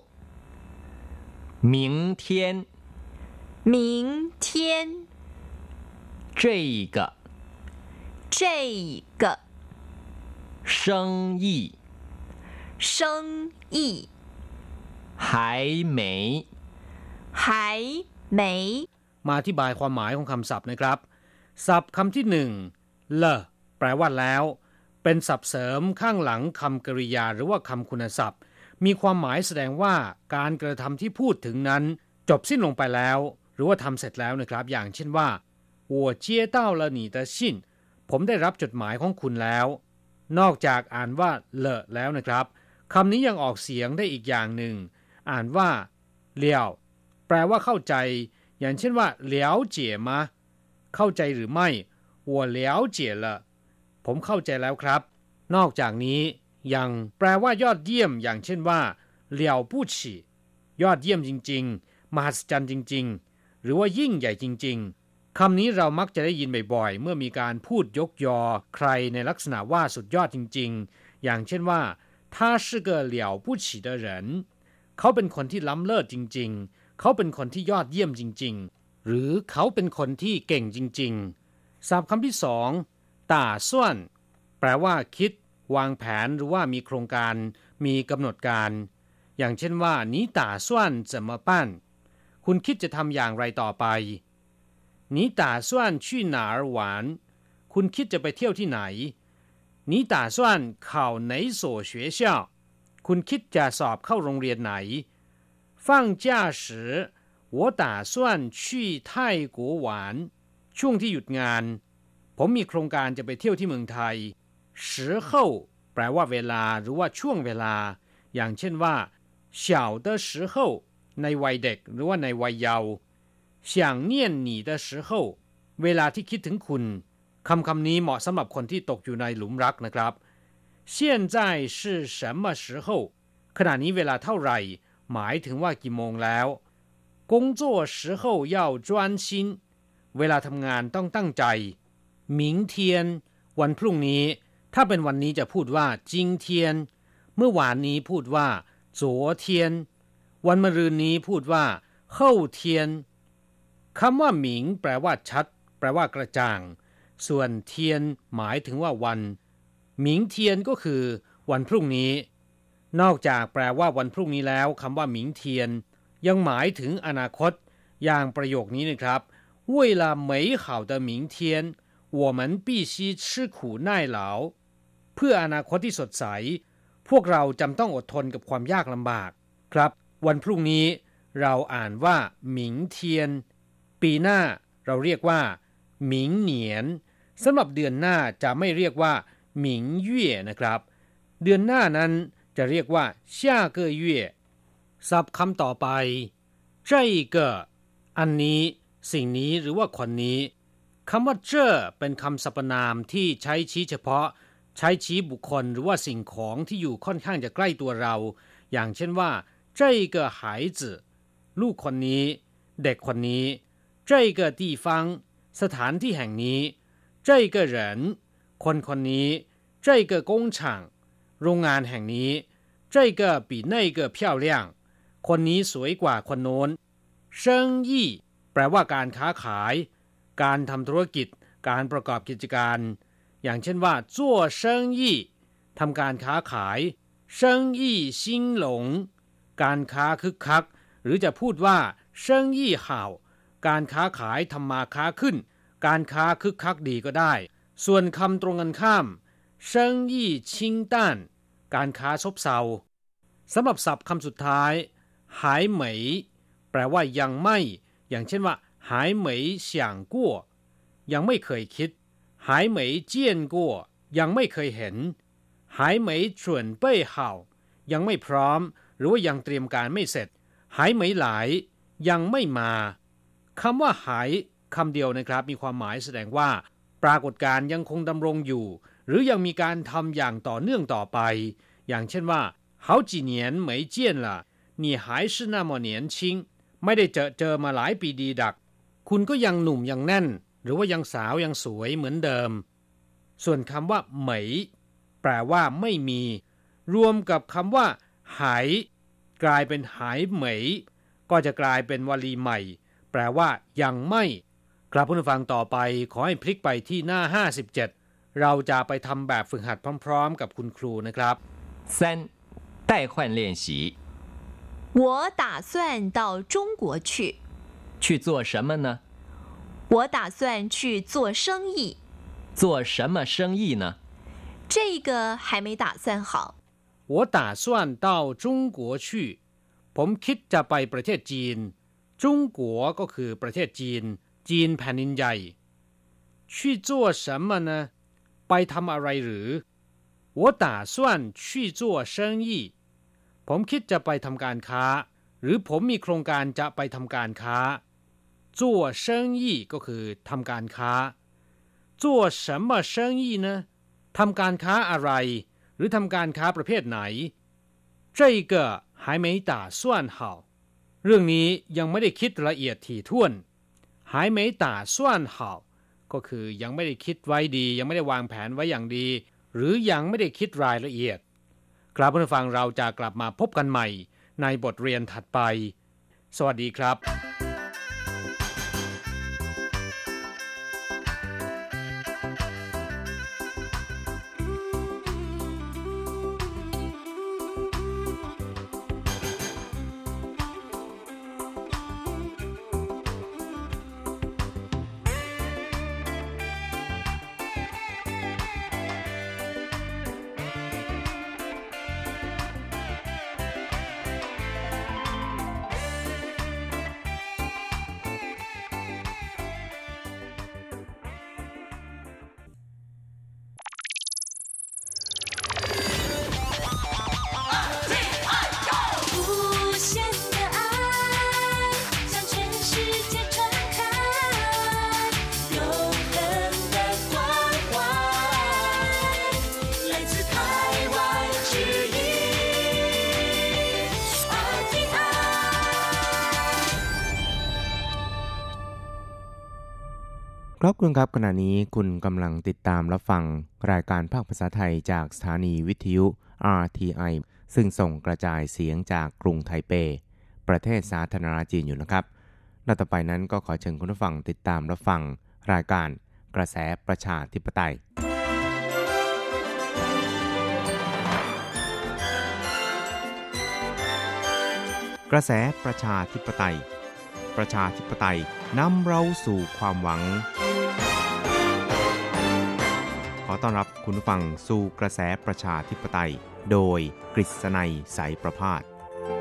明天明天。 这个这个。 生意生意。 还没还没。 มาอธิบายความหมายของคำศัพท์นะครับศัพท์คำที่หนึ่งเลแปลว่าแล้วเป็นศัพท์เสริมข้างหลังคำกริยาหรือว่าคำคุณศัพท์มีความหมายแสดงว่าการกระทำที่พูดถึงนั้นจบสิ้นลงไปแล้วหรือว่าทำเสร็จแล้วนะครับอย่างเช่นว่า我接到了你的信ผมได้รับจดหมายของคุณแล้วนอกจากอ่านว่าเลแล้วนะครับคำนี้ยังออกเสียงได้อีกอย่างหนึ่งอ่านว่าเลี่ยวแปลว่าเข้าใจอย่างเช่นว่า了解吗เข้าใจหรือไม่我了解了ผมเข้าใจแล้วครับนอกจากนี้ยังแปลว่ายอดเยี่ยมอย่างเช่นว่า了不起ยอดเยี่ยมจริงๆมหัศจรรย์จริงๆหรือว่ายิ่งใหญ่จริงๆคำนี้เรามักจะได้ยินบ่อยๆเมื่อมีการพูดยกยอใครในลักษณะว่าสุดยอดจริงๆอย่างเช่นว่า他是个了不起的人เขาเป็นคนที่ล้ำเลิศจริงๆเขาเป็นคนที่ยอดเยี่ยมจริงๆหรือเขาเป็นคนที่เก่งจริงๆศัพท์คำที่สองต่าส่วนแปลว่าคิดวางแผนหรือว่ามีโครงการมีกำหนดการอย่างเช่นว่า你打算怎么办คุณคิดจะทำอย่างไรต่อไป你打算去哪儿玩คุณคิดจะไปเที่ยวที่ไหน你打算考哪所学校คุณคิดจะสอบเข้าโรงเรียนไหน放假时我打算去泰国玩ช่วงที่หยุดงานผมมีโครงการจะไปเที่ยวที่เมืองไทย时候แปลว่าเวลาหรือว่าช่วงเวลาอย่างเช่นว่า小的时候ในวัยเด็กหรือว่าในวัยเยาว์想念你的时候เวลาที่คิดถึงคุณคำนี้เหมาะสำหรับคนที่ตกอยู่ในหลุมรักนะครับ现在是什么时候ขณะนี้เวลาเท่าไหร่หมายถึงว่ากี่โมงแล้ว工作时候要专心เวลาทำงานต้องตั้งใจ明天วันพรุ่งนี้ถ้าเป็นวันนี้จะพูดว่า今天เมื่อวานนี้พูดว่า昨天วันมะรืนนี้พูดว่า后天คำว่าหมิงแปลว่าชัดแปลว่ากระจ่างส่วนเทียนหมายถึงว่าวันหมิงเทียนก็คือวันพรุ่งนี้นอกจากแปลว่าวันพรุ่งนี้แล้วคำว่าหมิงเทียนยังหมายถึงอนาคตอย่างประโยคนี้นะครับ为了美好的明天我们必须吃苦耐劳เพื่ออนาคตที่สดใสพวกเราจำต้องอดทนกับความยากลำบากครับวันพรุ่งนี้เราอ่านว่าหมิงเทียนปีหน้าเราเรียกว่าหมิงเหนียนสำหรับเดือนหน้าจะไม่เรียกว่าหมิงเย่นะครับเดือนหน้านั้นจะเรียกว่า下个月ศัพท์คำต่อไป这个อันนี้สิ่งนี้หรือว่าคนนี้คำว่าเจ้อเป็นคำสรรพนามที่ใช้ชี้เฉพาะใช้ชี้บุคคลหรือว่าสิ่งของที่อยู่ค่อนข้างจะใกล้ตัวเราอย่างเช่นว่า这个孩子ลูกคนนี้เด็กคนนี้这个地方สถานที่แห่งนี้这个人คนคนนี้这个工厂โรงงานแห่งนี้这个比那个漂亮คนนี้สวยกว่าคนโน้น生意แปลว่าการค้าขายการทำธุรกิจการประกอบกิจการอย่างเช่นว่า做生意ทำการค้าขาย生意兴隆การค้าคึกคักหรือจะพูดว่า生意好การค้าขายทำมาค้าขึ้นการค้าคึกคักดีก็ได้ส่วนคำตรงกันข้าม生意清淡การค้าซบเซาสำหรับศัพท์คำสุดท้ายหายเหมยแปลว่ายังไม่อย่างเช่นว่าหายเหมย想过ยังไม่เคยคิดหายเหมย见过ยังไม่เคยเห็นหายเหมย准备好ยังไม่พร้อมหรือว่ายังเตรียมการไม่เสร็จหายเหมยหลายยังไม่มาคำว่าหายคำเดียวนะครับมีความหมายแสดงว่าปรากฏการณ์ยังคงดำรงอยู่หรือยังมีการทำอย่างต่อเนื่องต่อไปอย่างเช่นว่า好几年没见了你还是那么年轻ไม่ได้เจอมาหลายปีดีดักคุณก็ยังหนุ่มยังแน่นหรือว่ายังสาวยังสวยเหมือนเดิมส่วนคำว่าเหมยแปลว่าไม่มีรวมกับคำว่าหายกลายเป็นหายเหมยก็จะกลายเป็นวลีใหม่แปลว่ายังไม่ครับผู้ฟังต่อไปขอให้พลิกไปที่หน้า57เราจะไปทำแบบฝึกหัดพร้อมๆกับคุณครูนะครับ 3代换练习我打算到中国去做什么呢我打算去做生意做什么生意呢这个还没打算好我打算到中国去ผมคิดจะไปประเทศจีนจงกัวก็คือประเทศจีนจีนแผ่นดินใหญ่去做什么呢ไปทำอะไรหรือ我打算去做生意ผมคิดจะไปทำการค้าหรือผมมีโครงการจะไปทำการค้า做生意ก็คือทำการค้า做什么生意呢ทำการค้าอะไรหรือทำการค้าประเภทไหน这个还没打算好เรื่องนี้ยังไม่ได้คิดละเอียดถี่ถ้วน还没打算好ก็คือยังไม่ได้คิดไว้ดียังไม่ได้วางแผนไว้อย่างดีหรือยังไม่ได้คิดรายละเอียดครับผู้ฟังเราจะกลับมาพบกันใหม่ในบทเรียนถัดไปสวัสดีครับครับคุณครับขณะนี้คุณกำลังติดตามรับฟังรายการภาคภาษาไทยจากสถานีวิทยุ RTI ซึ่งส่งกระจายเสียงจากกรุงไทเปประเทศสาธารณรัฐจีนอยู่นะครับและต่อไปนั้นก็ขอเชิญคุณผู้ฟังติดตามรับฟังรายการกระแสประชาธิปไตยกระแสประชาธิปไตยประชาธิปไตยนำเราสู่ความหวังขอต้อนรับคุณผู้ฟังสู่กระแสประชาธิปไตยโดยกฤษณัยสายประภาส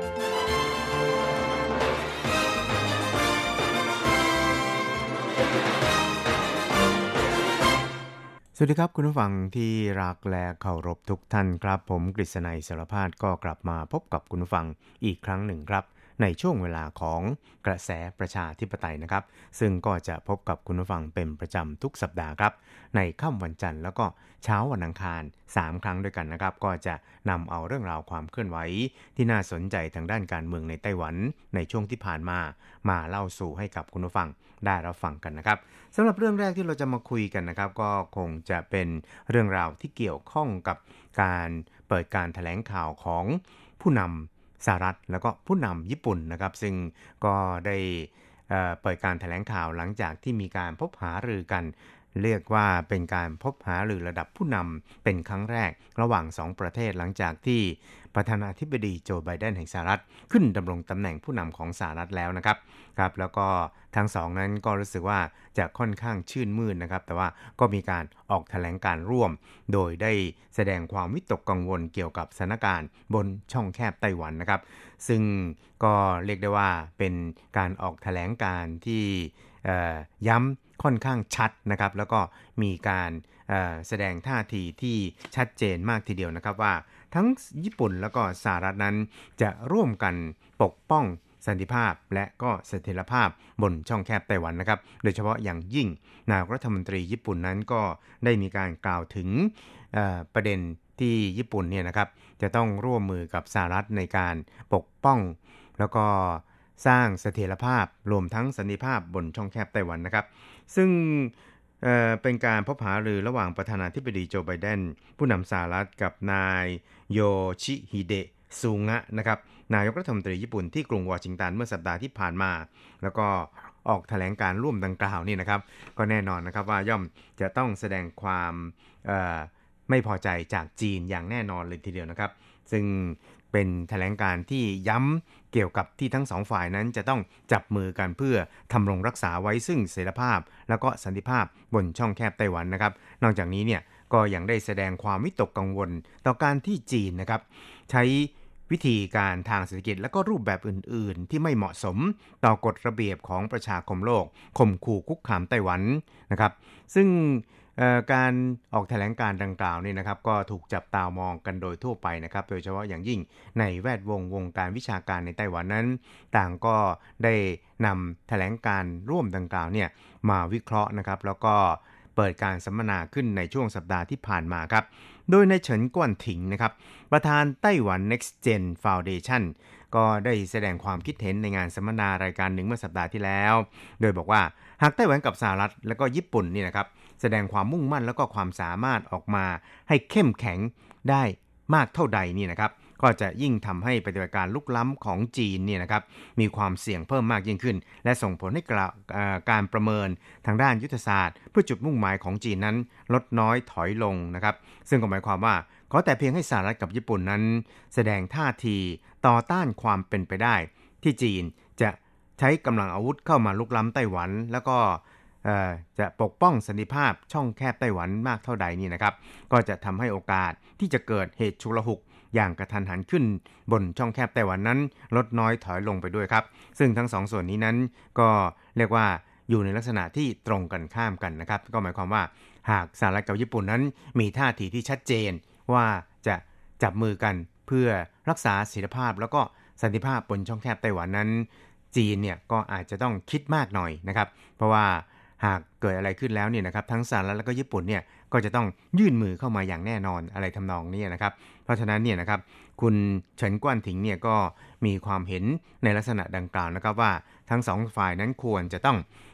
สวัสดีครับคุณผู้ฟังที่รักและเคารพทุกท่านครับผมกฤษณัยสารพาสก็กลับมาพบกับคุณผู้ฟังอีกครั้งหนึ่งครับในช่วงเวลาของกระแสประชาธิปไตยนะครับซึ่งก็จะพบกับคุณผู้ฟังเป็นประจำทุกสัปดาห์ครับในค่ำวันจันทร์แล้วก็เช้าวันอังคาร3ครั้งด้วยกันนะครับก็จะนำเอาเรื่องราวความเคลื่อนไหวที่น่าสนใจทางด้านการเมืองในไต้หวันในช่วงที่ผ่านมาเล่าสู่ให้กับคุณผู้ฟังได้รับฟังกันนะครับสำหรับเรื่องแรกที่เราจะมาคุยกันนะครับก็คงจะเป็นเรื่องราวที่เกี่ยวข้องกับการเปิดการแถลงข่าวของผู้นำสหรัฐแล้วก็ผู้นำญี่ปุ่นนะครับซึ่งก็ได้เปิดการแถลงข่าวหลังจากที่มีการพบหารือกันเรียกว่าเป็นการพบหารือระดับผู้นำเป็นครั้งแรกระหว่าง2ประเทศหลังจากที่ประธานาธิบดีโจไบเดนแห่งสหรัฐขึ้นดำรงตำแหน่งผู้นำของสหรัฐแล้วนะครับแล้วก็ทั้งสองนั้นก็รู้สึกว่าจะค่อนข้างชื่นมื่นนะครับแต่ว่าก็มีการออกแถลงการร่วมโดยได้แสดงความวิตกกังวลเกี่ยวกับสถานการณ์บนช่องแคบไต้หวันนะครับซึ่งก็เรียกได้ว่าเป็นการออกแถลงการที่ย้ำค่อนข้างชัดนะครับแล้วก็มีการแสดงท่าทีที่ชัดเจนมากทีเดียวนะครับว่าทั้งญี่ปุ่นแล้วก็สหรัฐนั้นจะร่วมกันปกป้องสันติภาพและก็เสถียรภาพบนช่องแคบไต้หวันนะครับโดยเฉพาะอย่างยิ่งนายกรัฐมนตรีญี่ปุ่นนั้นก็ได้มีการกล่าวถึงประเด็นที่ญี่ปุ่นเนี่ยนะครับจะต้องร่วมมือกับสหรัฐในการปกป้องแล้วก็สร้างเสถียรภาพรวมทั้งสันติภาพบนช่องแคบไต้หวันนะครับซึ่งเป็นการพบหารือระหว่างประธานาธิบดีโจไบเดนผู้นำสหรัฐกับนายโยชิฮิเดะซุงะนะครับนายกรัฐมนตรีญี่ปุ่นที่กรุงวอชิงตันเมื่อสัปดาห์ที่ผ่านมาแล้วก็ออกแถลงการร่วมดังกล่าวนี่นะครับก็แน่นอนนะครับว่าย่อมจะต้องแสดงความไม่พอใจจากจีนอย่างแน่นอนเลยทีเดียวนะครับซึ่งเป็นแถลงการที่ย้ำเกี่ยวกับที่ทั้งสองฝ่ายนั้นจะต้องจับมือกันเพื่อทำรงรักษาไว้ซึ่งเสถียรภาพแล้วก็สันติภาพบนช่องแคบไต้หวันนะครับนอกจากนี้เนี่ยก็ยังได้แสดงความวิตกกังวลต่อการที่จีนนะครับใช้วิธีการทางเศรษฐกิจและก็รูปแบบอื่นๆที่ไม่เหมาะสมต่อกฎระเบียบของประชาคมโลกข่มขู่คุกคามไต้หวันนะครับซึ่งการออกแถลงการดังกล่าวนี่นะครับก็ถูกจับตามองกันโดยทั่วไปนะครับโดยเฉพาะอย่างยิ่งในแวดวงการวิชาการในไต้หวันนั้นต่างก็ได้นำแถลงการร่วมดังกล่าวเนี่ยมาวิเคราะห์นะครับแล้วก็เปิดการสัมมนาขึ้นในช่วงสัปดาห์ที่ผ่านมาครับโดยในเฉินก้วนถิงนะครับประธานไต้หวัน Next Gen Foundation ก็ได้แสดงความคิดเห็นในงานสัมมนารายการหนึ่งเมื่อสัปดาห์ที่แล้วโดยบอกว่าหากไต้หวันกับสหรัฐและก็ญี่ปุ่นนี่นะครับแสดงความมุ่งมั่นแล้วก็ความสามารถออกมาให้เข้มแข็งได้มากเท่าใดนี่นะครับก็จะยิ่งทำให้ปฏิบัติการลุกล้ำของจีนเนี่ยนะครับมีความเสี่ยงเพิ่มมากยิ่งขึ้นและส่งผลให้การประเมินทางด้านยุทธศาสตร์เพื่อจุดมุ่งหมายของจีนนั้นลดน้อยถอยลงนะครับซึ่งก็หมายความว่าขอแต่เพียงให้สหรัฐกับญี่ปุ่นนั้นแสดงท่าทีต่อต้านความเป็นไปได้ที่จีนจะใช้กำลังอาวุธเข้ามาลุกล้ำไต้หวันแล้วก็จะปกป้องสันติภาพช่องแคบไต้หวันมากเท่าใดนี่นะครับก็จะทำให้โอกาสที่จะเกิดเหตุฉุกละหุกอย่างกระทันหันขึ้นบนช่องแคบไต้หวันนั้นลดน้อยถอยลงไปด้วยครับซึ่งทั้งสองส่วนนี้นั้นก็เรียกว่าอยู่ในลักษณะที่ตรงกันข้ามกันนะครับก็หมายความว่าหากสหรัฐกับญี่ปุ่นนั้นมีท่าทีที่ชัดเจนว่าจะจับมือกันเพื่อรักษาเสถียรภาพแล้วก็สันติภาพบนช่องแคบไต้หวันนั้นจีนเนี่ยก็อาจจะต้องคิดมากหน่อยนะครับเพราะว่าหากเกิดอะไรขึ้นแล้วเนี่ยนะครับทั้งสหรัฐและก็ญี่ปุ่นเนี่ยก็จะต้องยื่นมือเข้ามาอย่างแน่นอนอะไรทำนองนี้นะครับเพราะฉะนั้นเนี่ยนะครับคุณเฉินก้วนถิงเนี่ยก็มีความเห็นในลักษณะดังกล่าวนะครับว่าทั้งสองฝ่ายนั้นควรจะต้อง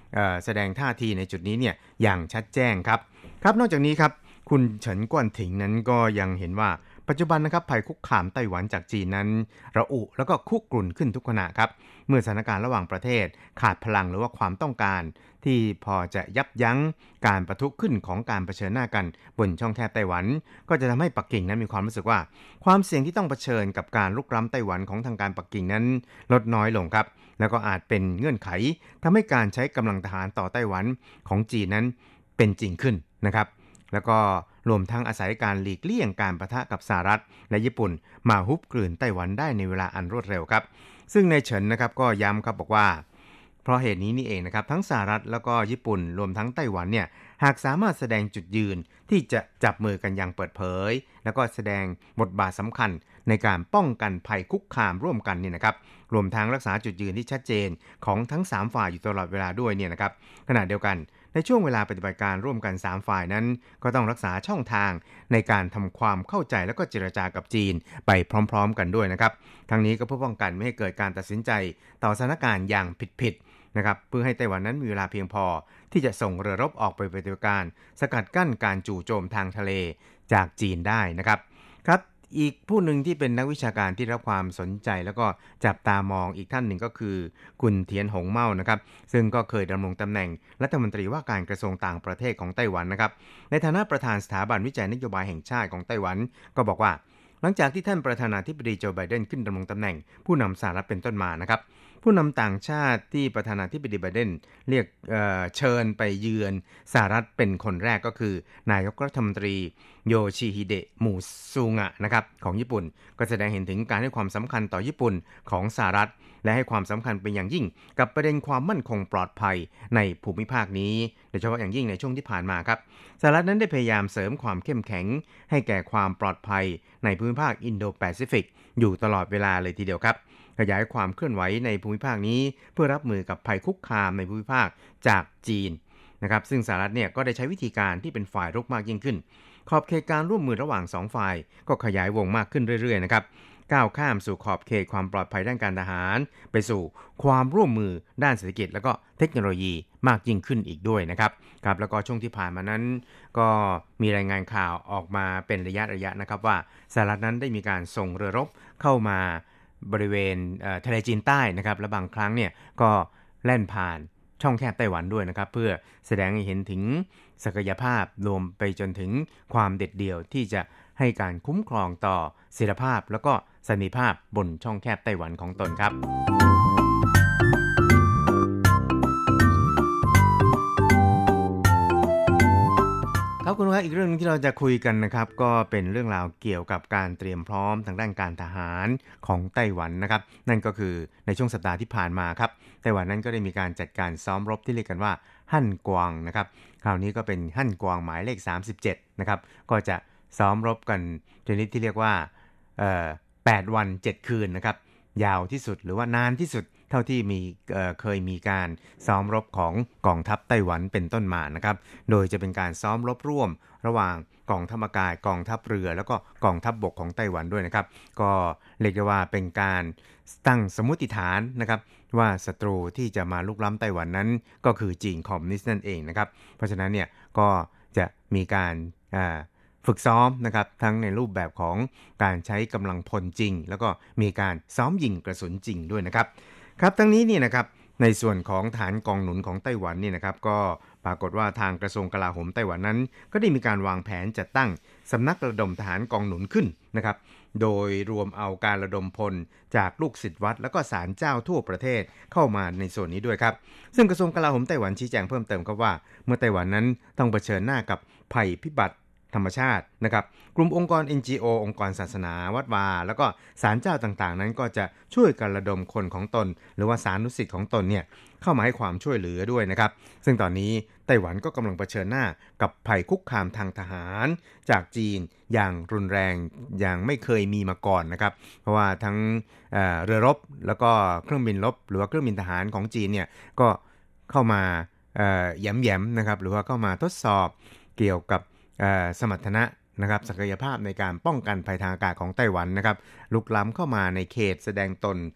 แสดงท่าทีในจุดนี้เนี่ยอย่างชัดแจ้งครับนอกจากนี้ครับคุณเฉินกวนถิงนั้นก็ยังเห็นว่าปัจจุบันนะครับภัยคุกคามไต้หวันจากจีนนั้นระอุแล้วก็คุกรุ่นขึ้นทุกขณะครับเมื่อสถานการณ์ระหว่างประเทศขาดพลังหรือว่าความต้องการที่พอจะยับยั้งการปะทุขึ้นของการเผชิญหน้ากันบนช่องแคบไต้หวันก็จะทำให้ปักกิ่งนั้นมีความรู้สึกว่าความเสี่ยงที่ต้องเผชิญกับการลุกล้ำไต้หวันของทางการปักกิ่งนั้นลดน้อยลงครับแล้วก็อาจเป็นเงื่อนไขทำให้การใช้กำลังทหารต่อไต้หวันของจีนนั้นเป็นจริงขึ้นนะครับแล้วก็รวมทั้งอาศัยการหลีกเลี่ยงการปะทะกับสหรัฐและญี่ปุ่นมาฮุบกลืนไต้หวันได้ในเวลาอันรวดเร็วครับซึ่งในเฉินนะครับก็ย้ำครับบอกว่าเพราะเหตุนี้นี่เองนะครับทั้งสหรัฐแล้วก็ญี่ปุ่นรวมทั้งไต้หวันเนี่ยหากสามารถแสดงจุดยืนที่จะจับมือกันอย่างเปิดเผยแล้วก็แสดงบทบาทสำคัญในการป้องกันภัยคุกคามร่วมกันนี่นะครับรวมทั้งรักษาจุดยืนที่ชัดเจนของทั้ง3ฝ่ายอยู่ตลอดเวลาด้วยเนี่ยนะครับขณะเดียวกันในช่วงเวลาปฏิบัติการร่วมกัน3ฝ่ายนั้นก็ต้องรักษาช่องทางในการทำความเข้าใจแล้วก็เจรจากับจีนไปพร้อมๆกันด้วยนะครับทั้งนี้ก็เพื่อป้องกันไม่ให้เกิดการตัดสินใจต่อสถานการณ์อย่างผิดๆนะครับเพื่อให้ไต้หวันนั้นมีเวลาเพียงพอที่จะส่งเรือรบออกไปปฏิบัติการสกัดกั้นการจู่โจมทางทะเลจากจีนได้นะครับอีกผู้หนึ่งที่เป็นนักวิชาการที่รับความสนใจแล้วก็จับตามองอีกท่านหนึ่งก็คือคุณเทียนหงเม่านะครับซึ่งก็เคยดำรงตำแหน่งรัฐมนตรีว่าการกระทรวงต่างประเทศของไต้หวันนะครับในฐานะประธานสถาบันวิจัยนโยบายแห่งชาติของไต้หวันก็บอกว่าหลังจากที่ท่านประธานาธิบดีโจไบเดนขึ้นดำรงตำแหน่งผู้นำสหรัฐเป็นต้นมานะครับผู้นำต่างชาติที่ประธานาธิบดีไบเดนเรียกเชิญไปเยือนสหรัฐเป็นคนแรกก็คือนายกรัฐมนตรีโยชิฮิเดะมูซุงะนะครับของญี่ปุ่นก็แสดงเห็นถึงการให้ความสำคัญต่อญี่ปุ่นของสหรัฐและให้ความสำคัญเป็นอย่างยิ่งกับประเด็นความมั่นคงปลอดภัยในภูมิภาคนี้โดยเฉพาะอย่างยิ่งในช่วงที่ผ่านมาครับสหรัฐนั้นได้พยายามเสริมความเข้มแข็งให้แก่ความปลอดภัยในภูมิภาคอินโดแปซิฟิกอยู่ตลอดเวลาเลยทีเดียวครับขยายความเคลื่อนไหวในภูมิภาคนี้เพื่อรับมือกับภัยคุกคามในภูมิภาคจากจีนนะครับซึ่งสหรัฐเนี่ยก็ได้ใช้วิธีการที่เป็นฝ่ายรุกมากยิ่งขึ้นขอบเขตการร่วมมือระหว่าง2ฝ่ายก็ขยายวงมากขึ้นเรื่อยๆนะครับก้าวข้ามสู่ขอบเขตความปลอดภัยด้านการทหารไปสู่ความร่วมมือด้านเศรษฐกิจแล้วก็เทคโนโลยีมากยิ่งขึ้นอีกด้วยนะครับแล้วก็ช่วงที่ผ่านมานั้นก็มีรายงานข่าวออกมาเป็นระยะนะครับว่าสหรัฐนั้นได้มีการส่งเรือรบเข้ามาบริเวณทะเลจีนใต้นะครับและบางครั้งเนี่ยก็แล่นผ่านช่องแคบไต้หวันด้วยนะครับเพื่อแสดงให้เห็นถึงศักยภาพรวมไปจนถึงความเด็ดเดี่ยวที่จะให้การคุ้มครองต่อเสรีภาพแล้วก็สันติภาพบนช่องแคบไต้หวันของตนครับครับคุณผู้ชมอีกเรื่องนึงที่เราจะคุยกันนะครับก็เป็นเรื่องราวเกี่ยวกับการเตรียมพร้อมทางด้านการทหารของไต้หวันนะครับนั่นก็คือในช่วงสัปดาห์ที่ผ่านมาครับไต้หวันนั้นก็ได้มีการจัดการซ้อมรบที่เรียกกันว่าฮั่นกวางนะครับคราวนี้ก็เป็นฮั่นกวางหมายเลข37นะครับก็จะซ้อมรบกันชนิดที่เรียกว่า8 วัน 7 คืนนะครับยาวที่สุดหรือว่านานที่สุดเท่าที่เคยมีการซ้อมรบของกองทัพไต้หวันเป็นต้นมานะครับโดยจะเป็นการซ้อมรบร่วมระหว่างกองทัพอากาศกองทัพเรือแล้วก็กองทัพบกของไต้หวันด้วยนะครับก็เรียกได้ว่าเป็นการตั้งสมมุติฐานนะครับว่าศัตรูที่จะมาลุกล้ำไต้หวันนั้นก็คือจีนคอมมิวนิสต์นั่นเองนะครับเพราะฉะนั้นเนี่ยก็จะมีการฝึกซ้อมนะครับทั้งในรูปแบบของการใช้กำลังพลจริงแล้วก็มีการซ้อมยิงกระสุนจริงด้วยนะครับทั้งนี้นี่นะครับในส่วนของฐานกองหนุนของไต้หวันนี่นะครับก็ปรากฏว่าทางกระทรวงกลาโหมไต้หวันนั้นก็ได้มีการวางแผนจัดตั้งสำนักระดมทหารกองหนุนขึ้นนะครับโดยรวมเอาการระดมพลจากลูกศิษย์วัดแล้วก็ศาลเจ้าทั่วประเทศเข้ามาในส่วนนี้ด้วยครับซึ่งกระทรวงกลาโหมไต้หวันชี้แจงเพิ่มเติมครับว่าเมื่อไต้หวันนั้นต้องเผชิญหน้ากับภัยพิบัติธรรมชาตินะครับกลุ่มองค์กร NGO องค์กรศาสนาวัดวาแล้วก็ศาลเจ้าต่างๆนั้นก็จะช่วยกันระดมคนของตนหรือว่าสานุสิษย์ของตนเนี่ยเข้ามาให้ความช่วยเหลือด้วยนะครับซึ่งตอนนี้ไต้หวันก็กำลังเผชิญหน้ากับภัยคุกคามทางทหารจากจีนอย่างรุนแรงอย่างไม่เคยมีมาก่อนนะครับเพราะว่าทั้งเรือรบแล้วก็เครื่องบินรบหรือว่าเครื่องบินทหารของจีนเนี่ยก็เข้ามาแย้มๆนะครับหรือว่าเข้ามาทดสอบเกี่ยวกับสมรรถนะนะครับศักยภาพในการป้องกันภัยทางอากาศของไต้หวันนะครับลุกล้ำเข้ามาในเขตแสดงตน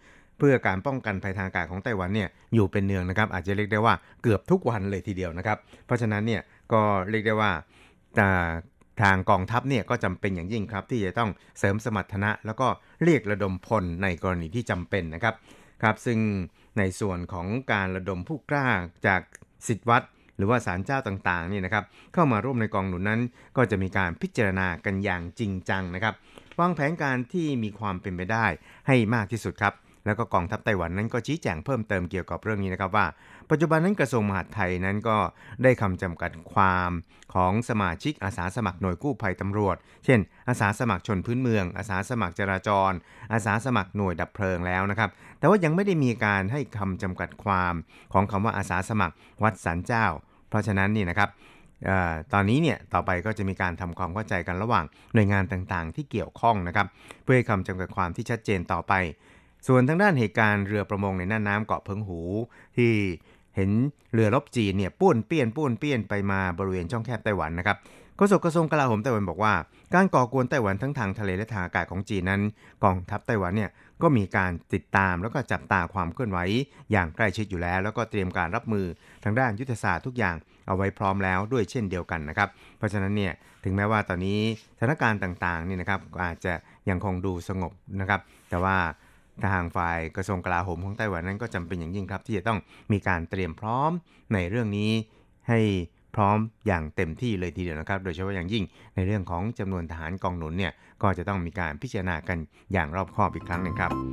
พื่อการป้องกันภัยทางอากาศของไต้หวันเนี่ยอยู่เป็นเนืองนะครับอาจจะเรียกได้ว่าเกือบทุกวันเลยทีเดียวนะครับเพราะฉะนั้นเนี่ยก็เรียกได้ว่าทางกองทัพเนี่ยก็จำเป็นอย่างยิ่งครับที่จะต้องเสริมสมรรถนะแล้วก็เรียกระดมพลในกรณีที่จำเป็นนะครับซึ่งในส่วนของการระดมผู้กล้าจากศิษย์วัดหรือว่าศาลเจ้าต่างๆนี่นะครับเข้ามาร่วมในกองหนุนนั้นก็จะมีการพิจารณากันอย่างจริงจังนะครับวางแผนการที่มีความเป็นไปได้ให้มากที่สุดครับแล้วก็กองทัพไต้หวันนั้นก็ชี้แจงเพิ่มเติมเกี่ยวกับเรื่องนี้นะครับว่าปัจจุบันนั้นกระทรวงมหาดไทยนั้นก็ได้คำจำกัดความของสมาชิกอาสาสมัครหน่วยกู้ภัยตำรวจเช่นอาสาสมัครชนพื้นเมืองอาสาสมัครจราจรอาสาสมัครหน่วยดับเพลิงแล้วนะครับแต่ว่ายังไม่ได้มีการให้คำจำกัดความของคำว่าอาสาสมัครวัดศาลเจ้าเพราะฉะนั้นนี่นะครับตอนนี้เนี่ยต่อไปก็จะมีการทำความเข้าใจกันระหว่างหน่วยงานต่างๆที่เกี่ยวข้องนะครับเพื่อให้คำจำกัดความที่ชัดเจนต่อไปส่วนทางด้านเหตุการณ์เรือประมงในน่านน้ำเกาะเพิงหูที่เห็นเรือรบจีนเนี่ยป้วนเปี้ยนไปมาบริเวณช่องแคบไต้หวันนะครับโฆษกกระทรวงกลาโหมไต้หวันบอกว่าการก่อกวนไต้หวันทั้งทางทะเลและทางอากาศของจีนนั้นกองทัพไต้หวันเนี่ยก็มีการติดตามแล้วก็จับตาความเคลื่อนไหวอย่างใกล้ชิดอยู่แล้วก็เตรียมการรับมือทางด้านยุทธศาสตร์ทุกอย่างเอาไว้พร้อมแล้วด้วยเช่นเดียวกันนะครับเพราะฉะนั้นเนี่ยถึงแม้ว่าตอนนี้สถานการณ์ต่างๆนี่นะครับอาจจะยังคงดูสงบนะครับแต่ว่าทางฝ่ายกระทรวงกลาโหมของไต้หวันนั้นก็จำเป็นอย่างยิ่งครับที่จะต้องมีการเตรียมพร้อมในเรื่องนี้ให้พร้อมอย่างเต็มที่เลยทีเดียวนะครับโดยเฉพาะอย่างยิ่งในเรื่องของจำนวนทหารกองหนุนเนี่ยก็จะต้องมีการพิจารณากันอย่างรอบคอบอีกครั้งหนึ่งครับ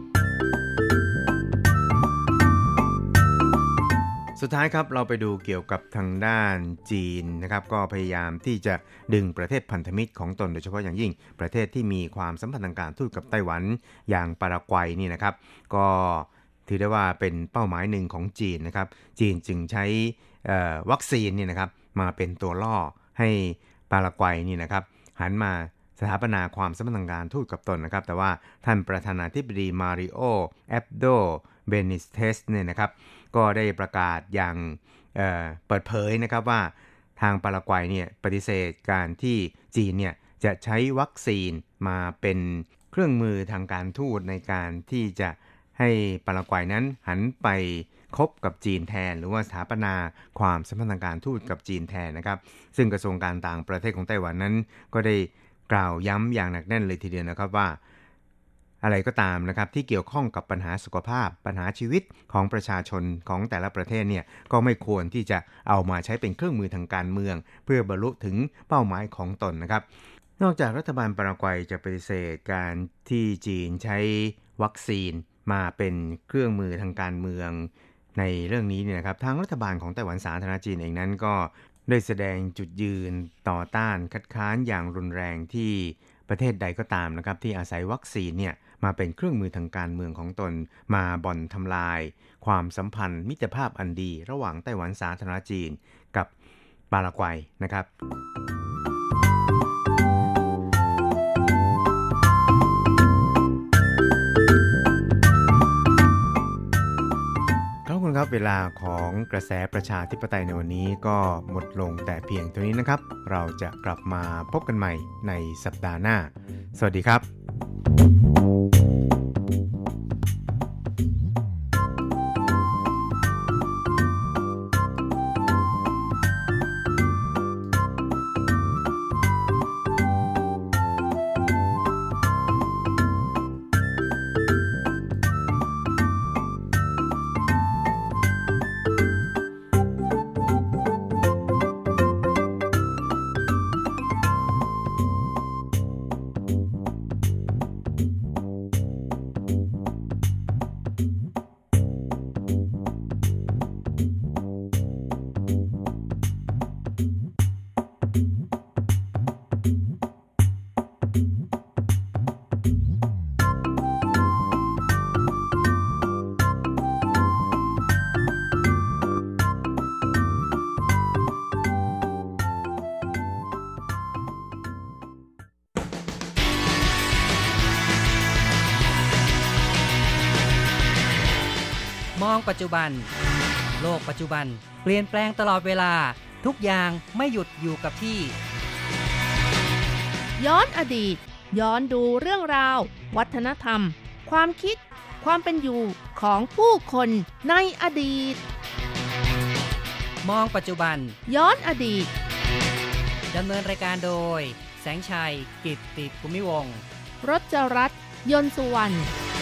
สุดท้ายครับเราไปดูเกี่ยวกับทางด้านจีนนะครับก็พยายามที่จะดึงประเทศพันธมิตรของตนโดยเฉพาะอย่างยิ่งประเทศที่มีความสัมพันธ์ทางการทูตกับไต้หวันอย่างปารากวัยนี่นะครับก็ถือได้ว่าเป็นเป้าหมายหนึ่งของจีนนะครับจีนจึงใช้วัคซีนนี่นะครับมาเป็นตัวล่อให้ปารากวัยนี่นะครับหันมาสถาปนาความสัมพันธ์ทางการทูตกับตนนะครับแต่ว่าท่านประธานาธิบดีมาริโอแอบโดเบนิสเทสเนี่ยนะครับก็ได้ประกาศอย่างเปิดเผยนะครับว่าทางปารากวัยเนี่ยปฏิเสธการที่จีนเนี่ยจะใช้วัคซีนมาเป็นเครื่องมือทางการทูตในการที่จะให้ปารากวัยนั้นหันไปคบกับจีนแทนหรือว่าสถาปนาความสัมพันธ์ทางการทูตกับจีนแทนนะครับซึ่งกระทรวงการต่างประเทศของไต้หวันนั้นก็ได้กล่าวย้ำอย่างหนักแน่นเลยทีเดียวนะครับว่าอะไรก็ตามนะครับที่เกี่ยวข้องกับปัญหาสุขภาพปัญหาชีวิตของประชาชนของแต่ละประเทศเนี่ยก็ไม่ควรที่จะเอามาใช้เป็นเครื่องมือทางการเมืองเพื่อบรรลุถึงเป้าหมายของตนนะครับนอกจากรัฐบาลปารากวัยจะปฏิเสธการที่จีนใช้วัคซีนมาเป็นเครื่องมือทางการเมืองในเรื่องนี้เนี่ยนะครับทางรัฐบาลของไต้หวันสาธารณจีนเองนั้นก็ได้แสดงจุดยืนต่อต้านคัดค้านอย่างรุนแรงที่ประเทศใดก็ตามนะครับที่อาศัยวัคซีนเนี่ยมาเป็นเครื่องมือทางการเมืองของตนมาบ่อนทำลายความสัมพันธ์มิตรภาพอันดีระหว่างไต้หวันสาธารณจีนกับปารากวัยนะครับครับเวลาของกระแสประชาธิปไตยในวันนี้ก็หมดลงแต่เพียงเท่านี้นะครับเราจะกลับมาพบกันใหม่ในสัปดาห์หน้าสวัสดีครับมองปัจจุบันโลกปัจจุบันเปลี่ยนแปลงตลอดเวลาทุกอย่างไม่หยุดอยู่กับที่ย้อนอดีตย้อนดูเรื่องราววัฒนธรรมความคิดความเป็นอยู่ของผู้คนในอดีตมองปัจจุบันย้อนอดีตดำเนินรายการโดยแสงชัยกิตติภูมิวงศ์รจรัตน์ยนต์สุวรรณ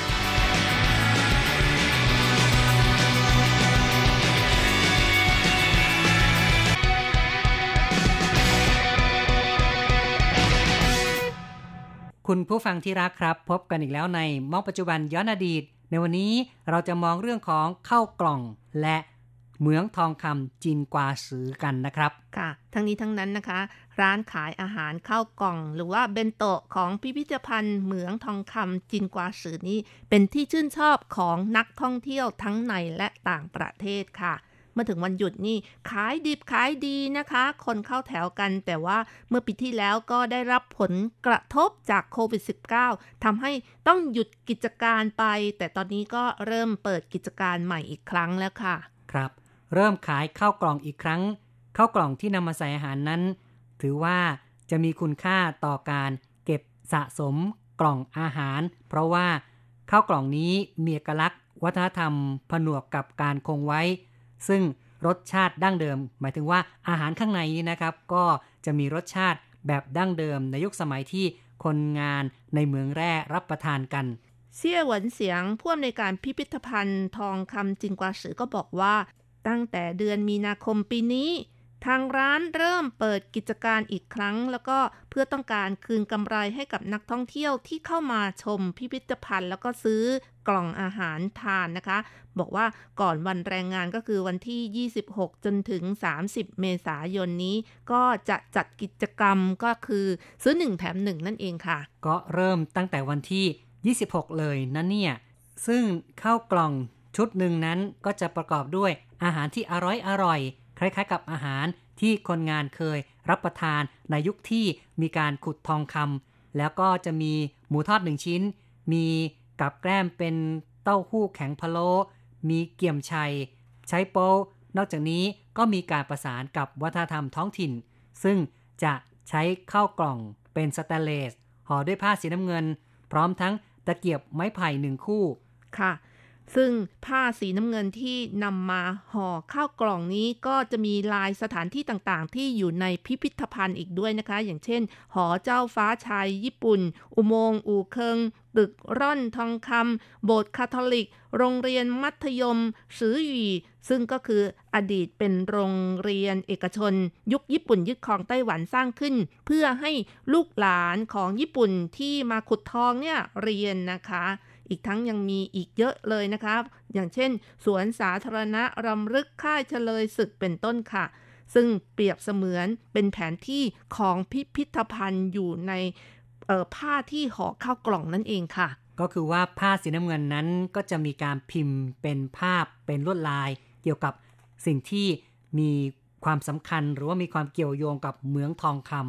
คุณผู้ฟังที่รักครับพบกันอีกแล้วในมองปัจจุบันย้อนอดีตในวันนี้เราจะมองเรื่องของข้าวกล่องและเหมืองทองคำจินกวาซือกันนะครับค่ะทั้งนี้ทั้งนั้นนะคะร้านขายอาหารข้าวกล่องหรือว่าเบนโตะของพิพิธภัณฑ์เหมืองทองคำจินกวาซือนี้เป็นที่ชื่นชอบของนักท่องเที่ยวทั้งในและต่างประเทศค่ะเมื่อถึงวันหยุดนี่ขายดิบขายดีนะคะคนเข้าแถวกันแต่ว่าเมื่อปีที่แล้วก็ได้รับผลกระทบจากโควิด -19 ทำให้ต้องหยุดกิจการไปแต่ตอนนี้ก็เริ่มเปิดกิจการใหม่อีกครั้งแล้วค่ะครับเริ่มขายข้าวกล่องอีกครั้งข้าวกล่องที่นำมาใส่อาหารนั้นถือว่าจะมีคุณค่าต่อการเก็บสะสมกล่องอาหารเพราะว่าข้าวกล่องนี้มีเอกลักษณ์วัฒนธรรมผนวกกับการคงไว้ซึ่งรสชาติดั้งเดิมหมายถึงว่าอาหารข้างในนี้นะครับก็จะมีรสชาติแบบดั้งเดิมในยุคสมัยที่คนงานในเมืองแร่รับประทานกันเซี่ยหวนเสียงผู้อำนวยการพิพิธภัณฑ์ทองคำจินกวาซือก็บอกว่าตั้งแต่เดือนมีนาคมปีนี้ทางร้านเริ่มเปิดกิจการอีกครั้งแล้วก็เพื่อต้องการคืนกำไรให้กับนักท่องเที่ยวที่เข้ามาชมพิพิธภัณฑ์แล้วก็ซื้อกล่องอาหารทานนะคะบอกว่าก่อนวันแรงงานก็คือวันที่26จนถึง30เมษายนนี้ก็จะจัดกิจกรรมก็คือซื้อ1แถม1นั่นเองค่ะก็เริ่มตั้งแต่วันที่26เลยนะเนี่ยซึ่งข้าวกล่องชุดหนึ่งนั้นก็จะประกอบด้วยอาหารที่อร่อยคล้ายๆกับอาหารที่คนงานเคยรับประทานในยุคที่มีการขุดทองคำแล้วก็จะมีหมูทอด1ชิ้นมีกับแกล้มเป็นเต้าหู้แข็งพะโล้มีเกี่ยมชัยใช้โป๊นอกจากนี้ก็มีการประสานกับวัฒนธรรมท้องถิ่นซึ่งจะใช้ข้าวกล่องเป็นสแตนเลสห่อด้วยผ้าสีน้ำเงินพร้อมทั้งตะเกียบไม้ไผ่1คู่ค่ะซึ่งผ้าสีน้ำเงินที่นำมาห่อข้าวกล่องนี้ก็จะมีลายสถานที่ต่างๆที่อยู่ในพิพิธภัณฑ์อีกด้วยนะคะอย่างเช่นหอเจ้าฟ้าชายญี่ปุ่นอุโมงค์อู่เคิงตึกร่อนทองคำโบสถ์คาทอลิกโรงเรียนมัธยมซือหยี่ซึ่งก็คืออดีตเป็นโรงเรียนเอกชนยุคญี่ปุ่นยึดครองไต้หวันสร้างขึ้นเพื่อให้ลูกหลานของญี่ปุ่นที่มาขุดทองเนี่ยเรียนนะคะอีกทั้งยังมีอีกเยอะเลยนะครับอย่างเช่นสวนสาธารณะรำลึกค่ายเฉลยศึกเป็นต้นค่ะซึ่งเปรียบเสมือนเป็นแผนที่ของพิพิธภัณฑ์อยู่ในผ้าที่ห่อข้าวกล่องนั่นเองค่ะก็คือว่าผ้าสีน้ำเงินนั้นก็จะมีการพิมพ์เป็นภาพเป็นลวดลายเกี่ยวกับสิ่งที่มีความสำคัญหรือว่ามีความเกี่ยวโยงกับเหมืองทองคำ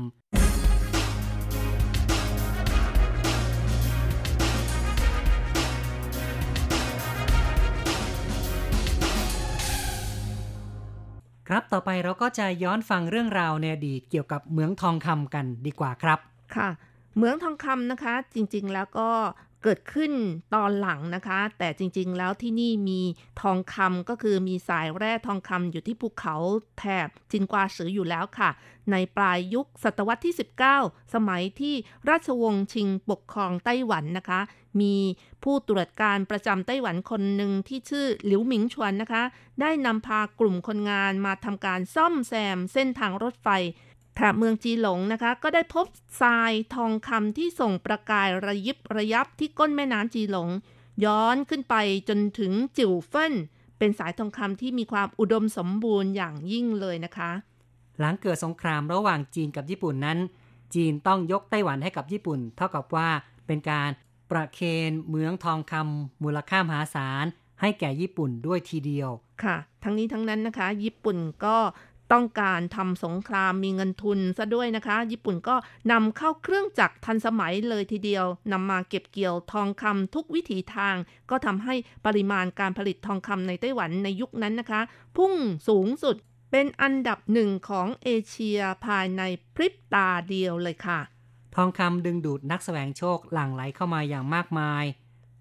ครับต่อไปเราก็จะย้อนฟังเรื่องราวในอดีตเกี่ยวกับเหมืองทองคำกันดีกว่าครับค่ะเหมืองทองคำนะคะจริงๆแล้วก็เกิดขึ้นตอนหลังนะคะแต่จริงๆแล้วที่นี่มีทองคำก็คือมีสายแร่ทองคำอยู่ที่ภูเขาแถบจินกวาซืออยู่แล้วค่ะในปลายยุคศตวรรษที่19สมัยที่ราชวงศ์ชิงปกครองไต้หวันนะคะมีผู้ตรวจการประจำไต้หวันคนหนึ่งที่ชื่อหลิวหมิงชวนนะคะได้นำพากลุ่มคนงานมาทำการซ่อมแซมเส้นทางรถไฟแถบเมืองจีหลงนะคะก็ได้พบทรายทองคำที่ส่งประกายระยิบระยับที่ก้นแม่น้ำจีหลงย้อนขึ้นไปจนถึงจิ๋วเฟิ่นเป็นสายทองคำที่มีความอุดมสมบูรณ์อย่างยิ่งเลยนะคะหลังเกิดสงครามระหว่างจีนกับญี่ปุ่นนั้นจีนต้องยกไต้หวันให้กับญี่ปุ่นเท่ากับว่าเป็นการประเคนเหมืองทองคำมูลค่ามหาศาลให้แก่ญี่ปุ่นด้วยทีเดียวค่ะทั้งนี้ทั้งนั้นนะคะญี่ปุ่นก็ต้องการทำสงครามมีเงินทุนซะด้วยนะคะญี่ปุ่นก็นำเข้าเครื่องจักรทันสมัยเลยทีเดียวนำมาเก็บเกี่ยวทองคำทุกวิถีทางก็ทำให้ปริมาณการผลิตทองคำในไต้หวันในยุคนั้นนะคะพุ่งสูงสุดเป็นอันดับหนึ่งของเอเชียภายในพริบตาเดียวเลยค่ะทองคำดึงดูดนักแสวงโชคหลั่งไหลเข้ามาอย่างมากมาย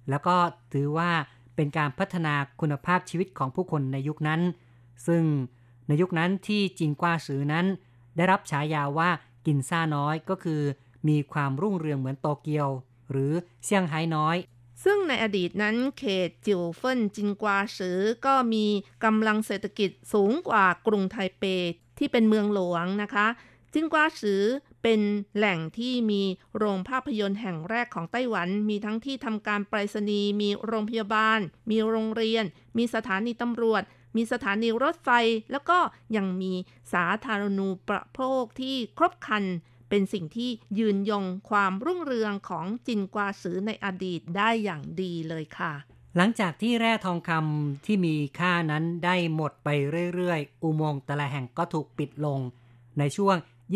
แล้วก็ถือว่าเป็นการพัฒนาคุณภาพชีวิตของผู้คนในยุคนั้นซึ่งในยุคนั้นที่จินกวาซือนั้นได้รับฉายาว่ากินซ่าน้อยก็คือมีความรุ่งเรืองเหมือนโตเกียวหรือเซี่ยงไฮ้น้อยซึ่งในอดีตนั้นเขตจิวเฟินจินกวาซือก็มีกำลังเศรษฐกิจสูงกว่ากรุงไทเปที่เป็นเมืองหลวงนะคะจินกวาซือเป็นแหล่งที่มีโรงภาพยนตร์แห่งแรกของไต้หวันมีทั้งที่ทำการไปรษณีย์มีโรงพยาบาลมีโรงเรียนมีสถานีตำรวจมีสถานีรถไฟแล้วก็ยังมีสาธารณูปโภคที่ครบครันเป็นสิ่งที่ยืนยงความรุ่งเรืองของจินกวาซือในอดีตได้อย่างดีเลยค่ะหลังจากที่แร่ทองคำที่มีค่านั้นได้หมดไปเรื่อยๆอุโมงค์แต่ละแห่งก็ถูกปิดลงในช่วง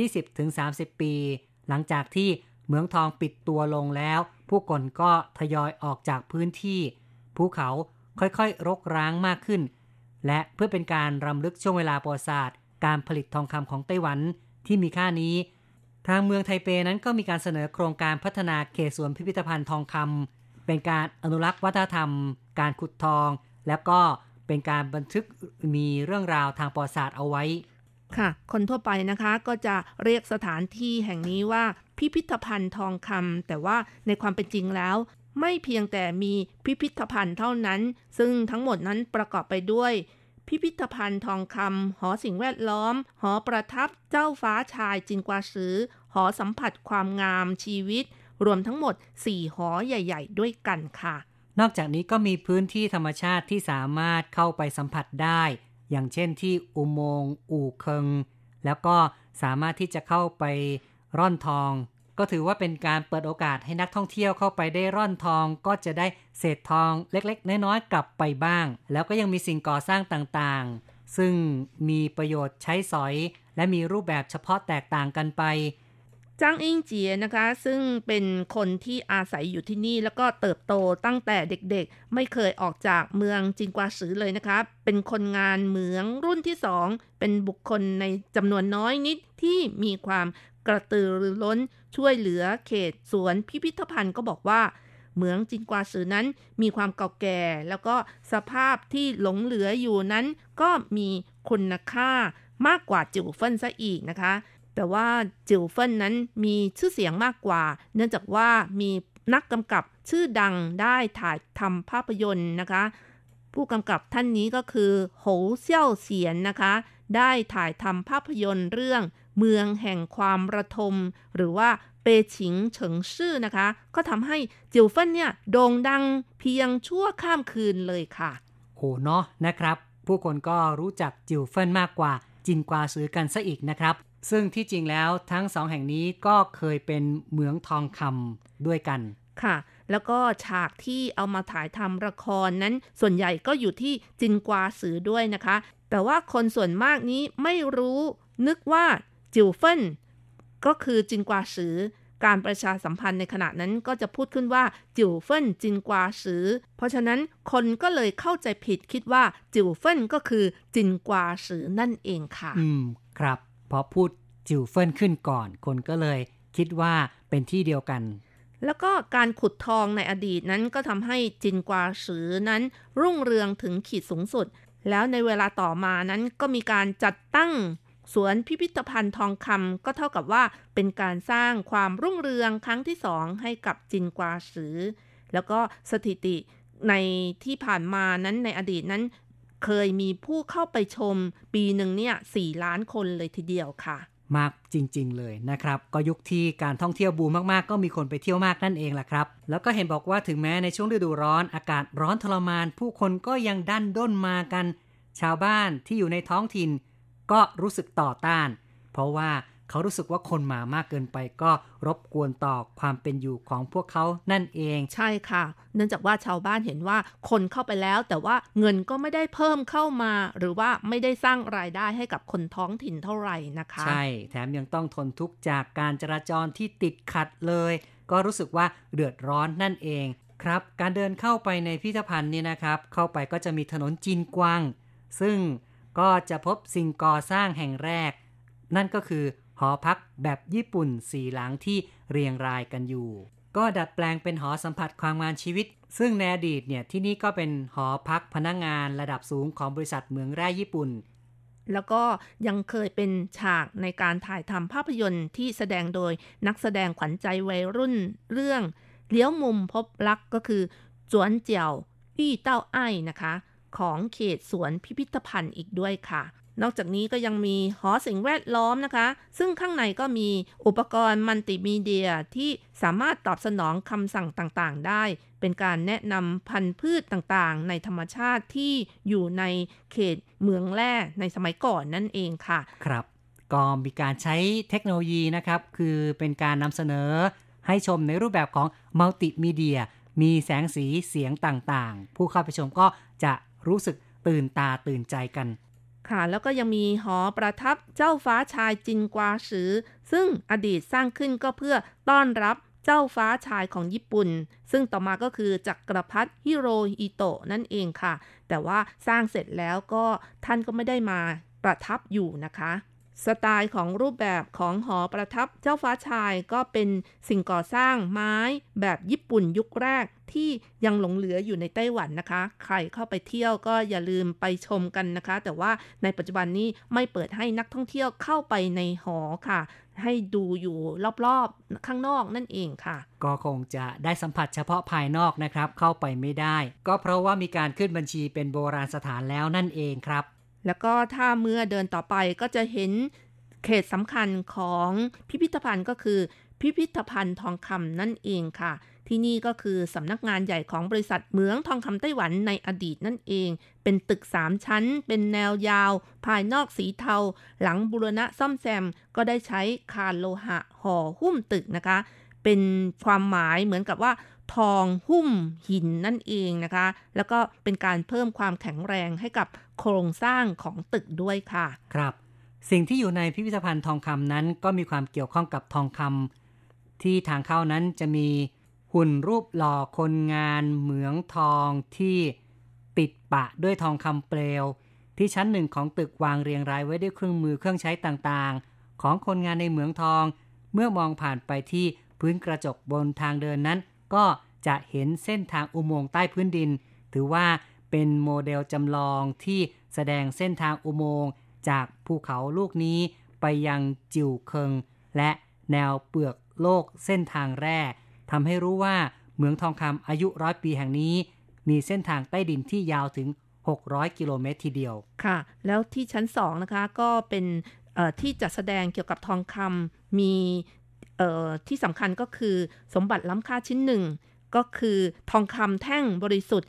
20-30 ปีหลังจากที่เหมืองทองปิดตัวลงแล้วผู้คนก็ทยอยออกจากพื้นที่ภูเขาค่อยๆรกร้างมากขึ้นและเพื่อเป็นการรำลึกช่วงเวลาประวัติศาสตร์การผลิตทองคำของไต้หวันที่มีค่านี้ทางเมืองไทเปนั้นก็มีการเสนอโครงการพัฒนาเขตสวนพิพิธภัณฑ์ทองคำเป็นการอนุรักษ์วัฒนธรรมการขุดทองแล้วก็เป็นการบันทึกมีเรื่องราวทางประวัติศาสตร์เอาไว้ค่ะคนทั่วไปนะคะก็จะเรียกสถานที่แห่งนี้ว่าพิพิธภัณฑ์ทองคำแต่ว่าในความเป็นจริงแล้วไม่เพียงแต่มีพิพิธภัณฑ์เท่านั้นซึ่งทั้งหมดนั้นประกอบไปด้วยพิพิธภัณฑ์ทองคำหอสิ่งแวดล้อมหอประทับเจ้าฟ้าชายจินกวาซือหอสัมผัสความงามชีวิตรวมทั้งหมด4หอใหญ่ๆด้วยกันค่ะนอกจากนี้ก็มีพื้นที่ธรรมชาติที่สามารถเข้าไปสัมผัสได้อย่างเช่นที่อุโมงค์อู่เคิงแล้วก็สามารถที่จะเข้าไปร่อนทองก็ถือว่าเป็นการเปิดโอกาสให้นักท่องเที่ยวเข้าไปได้ร่อนทองก็จะได้เศษทองเล็กๆน้อยๆกลับไปบ้างแล้วก็ยังมีสิ่งก่อสร้างต่างๆซึ่งมีประโยชน์ใช้สอยและมีรูปแบบเฉพาะแตกต่างกันไปจางอิงเจียนะคะซึ่งเป็นคนที่อาศัยอยู่ที่นี่แล้วก็เติบโตตั้งแต่เด็กๆไม่เคยออกจากเมืองจินกวาซือเลยนะคะเป็นคนงานเหมืองรุ่นที่2เป็นบุคคลในจำนวนน้อยนิดที่มีความกระตือรือร้นช่วยเหลือเขตสวนพิพิธภัณฑ์ก็บอกว่าเหมืองจินกวาซือนั้นมีความเก่าแก่แล้วก็สภาพที่หลงเหลืออยู่นั้นก็มีคุณค่ามากกว่าจิ๋วเฟินซะอีกนะคะแต่ว่าจิ๋วเฟินนั้นมีชื่อเสียงมากกว่าเนื่องจากว่ามีนักกำกับชื่อดังได้ถ่ายทำภาพยนตร์นะคะผู้กำกับท่านนี้ก็คือโหเซี่ยวเสียนนะคะได้ถ่ายทำภาพยนตร์เรื่องเมืองแห่งความระทมหรือว่าเปฉิงเฉิงซื่อนะคะก็ทำให้จิ๋วเฟินเนี่ยโด่งดังเพียงชั่วข้ามคืนเลยค่ะโอ้เนาะนะครับผู้คนก็รู้จักจิ๋วเฟินมากกว่าจินกวาซือกันซะอีกนะครับซึ่งที่จริงแล้วทั้งสองแห่งนี้ก็เคยเป็นเหมืองทองคำด้วยกันค่ะแล้วก็ฉากที่เอามาถ่ายทำละครนั้นส่วนใหญ่ก็อยู่ที่จินกวาซือด้วยนะคะแต่ว่าคนส่วนมากนี้ไม่รู้นึกว่าจิ๋วเฟินก็คือจินกวาซือการประชาสัมพันธ์ในขณะนั้นก็จะพูดขึ้นว่าจิ๋วเฟินจินกวาซือเพราะฉะนั้นคนก็เลยเข้าใจผิดคิดว่าจิ๋วเฟินก็คือจินกวาซือนั่นเองค่ะครับพอพูดจิ๋วเฟินขึ้นก่อนคนก็เลยคิดว่าเป็นที่เดียวกันแล้วก็การขุดทองในอดีตนั้นก็ทำให้จินกวาซือนั้นรุ่งเรืองถึงขีดสูงสุดแล้วในเวลาต่อมานั้นก็มีการจัดตั้งสวนพิพิธภัณฑ์ทองคำก็เท่ากับว่าเป็นการสร้างความรุ่งเรืองครั้งที่2ให้กับจินกวาซือแล้วก็สถิติในที่ผ่านมานั้นในอดีตนั้นเคยมีผู้เข้าไปชมปีหนึ่งเนี่ย4 ล้านคนเลยทีเดียวค่ะมากจริงๆเลยนะครับก็ยุคที่การท่องเที่ยวบูมมากๆก็มีคนไปเที่ยวมากนั่นเองแหละครับแล้วก็เห็นบอกว่าถึงแม้ในช่วงฤดูร้อนอากาศร้อนทรมานผู้คนก็ยังดันด้นมากันชาวบ้านที่อยู่ในท้องถิ่นก็รู้สึกต่อต้านเพราะว่าเขารู้สึกว่าคนมามากเกินไปก็รบกวนต่อความเป็นอยู่ของพวกเขานั่นเองใช่ค่ะเนื่องจากว่าชาวบ้านเห็นว่าคนเข้าไปแล้วแต่ว่าเงินก็ไม่ได้เพิ่มเข้ามาหรือว่าไม่ได้สร้างรายได้ให้กับคนท้องถิ่นเท่าไหร่นะคะใช่แถมยังต้องทนทุกข์จากการจราจรที่ติดขัดเลยก็รู้สึกว่าเดือดร้อนนั่นเองครับการเดินเข้าไปในพิพิธภัณฑ์นี่นะครับเข้าไปก็จะมีถนนจินกวางซึ่งก็จะพบสิ่งก่อสร้างแห่งแรกนั่นก็คือหอพักแบบญี่ปุ่น4 หลังที่เรียงรายกันอยู่ก็ดัดแปลงเป็นหอสัมผัสความงานชีวิตซึ่งในอดีตเนี่ยที่นี่ก็เป็นหอพักพนักงานระดับสูงของบริษัทเหมืองแร่ญี่ปุ่นแล้วก็ยังเคยเป็นฉากในการถ่ายทำภาพยนตร์ที่แสดงโดยนักแสดงขวัญใจวัยรุ่นเรื่องเลี้ยวมุมพบรักก็คือจวนเจียวอี้เต้าไอ้นะคะของเขตสวนพิพิธภัณฑ์อีกด้วยค่ะนอกจากนี้ก็ยังมีหอสิ่งแวดล้อมนะคะซึ่งข้างในก็มีอุปกรณ์มัลติมีเดียที่สามารถตอบสนองคำสั่งต่างๆได้เป็นการแนะนำพันธุ์พืชต่างๆในธรรมชาติที่อยู่ในเขตเมืองแร่ในสมัยก่อนนั่นเองค่ะครับก็มีการใช้เทคโนโลยีนะครับคือเป็นการนำเสนอให้ชมในรูปแบบของมัลติมีเดียมีแสงสีเสียงต่างๆผู้เข้าไปชมก็จะรู้สึกตื่นตาตื่นใจกันค่ะแล้วก็ยังมีหอประทับเจ้าฟ้าชายจินกวาซือซึ่งอดีตสร้างขึ้นก็เพื่อต้อนรับเจ้าฟ้าชายของญี่ปุ่นซึ่งต่อมาก็คือจักรพรรดิฮิโรฮิโตะนั่นเองค่ะแต่ว่าสร้างเสร็จแล้วก็ท่านก็ไม่ได้มาประทับอยู่นะคะสไตล์ของรูปแบบของหอประทับเจ้าฟ้าชายก็เป็นสิ่งก่อสร้างไม้แบบญี่ปุ่นยุคแรกที่ยังหลงเหลืออยู่ในไต้หวันนะคะใครเข้าไปเที่ยวก็อย่าลืมไปชมกันนะคะแต่ว่าในปัจจุบันนี้ไม่เปิดให้นักท่องเที่ยวเข้าไปในหอค่ะให้ดูอยู่รอบๆข้างนอกนั่นเองค่ะก็คงจะได้สัมผัสเฉพาะภายนอกนะครับเข้าไปไม่ได้ก็เพราะว่ามีการขึ้นบัญชีเป็นโบราณสถานแล้วนั่นเองครับแล้วก็ถ้าเมื่อเดินต่อไปก็จะเห็นเขตสำคัญของพิพิธภัณฑ์ก็คือพิพิธภัณฑ์ทองคำนั่นเองค่ะที่นี่ก็คือสำนักงานใหญ่ของบริษัทเหมืองทองคำไต้หวันในอดีตนั่นเองเป็นตึก3ชั้นเป็นแนวยาวภายนอกสีเทาหลังบูรณะซ่อมแซมก็ได้ใช้คานโลหะห่อหุ้มตึกนะคะเป็นความหมายเหมือนกับว่าทองหุ้มหินนั่นเองนะคะแล้วก็เป็นการเพิ่มความแข็งแรงให้กับโครงสร้างของตึกด้วยค่ะครับสิ่งที่อยู่ในพิพิธภัณฑ์ทองคำนั้นก็มีความเกี่ยวข้องกับทองคำที่ทางเข้านั้นจะมีหุ่นรูปหล่อคนงานเหมืองทองที่ติดปะด้วยทองคำเปลวที่ชั้นหนึ่งของตึกวางเรียงรายไว้ด้วยเครื่องมือเครื่องใช้ต่างๆของคนงานในเหมืองทองเมื่อมองผ่านไปที่พื้นกระจกบนทางเดินนั้นก็จะเห็นเส้นทางอุโมงค์ใต้พื้นดินถือว่าเป็นโมเดลจำลองที่แสดงเส้นทางอุโมงค์จากภูเขาลูกนี้ไปยังจิวเคิงและแนวเปลือกโลกเส้นทางแร่ทำให้รู้ว่าเหมืองทองคำอายุ100 ปีแห่งนี้มีเส้นทางใต้ดินที่ยาวถึง600 กิโลเมตรทีเดียวค่ะแล้วที่ชั้น2นะคะก็เป็นที่จัดแสดงเกี่ยวกับทองคำมีที่สำคัญก็คือสมบัติล้ำค่าชิ้นหนึ่งก็คือทองคำแท่งบริสุทธิ์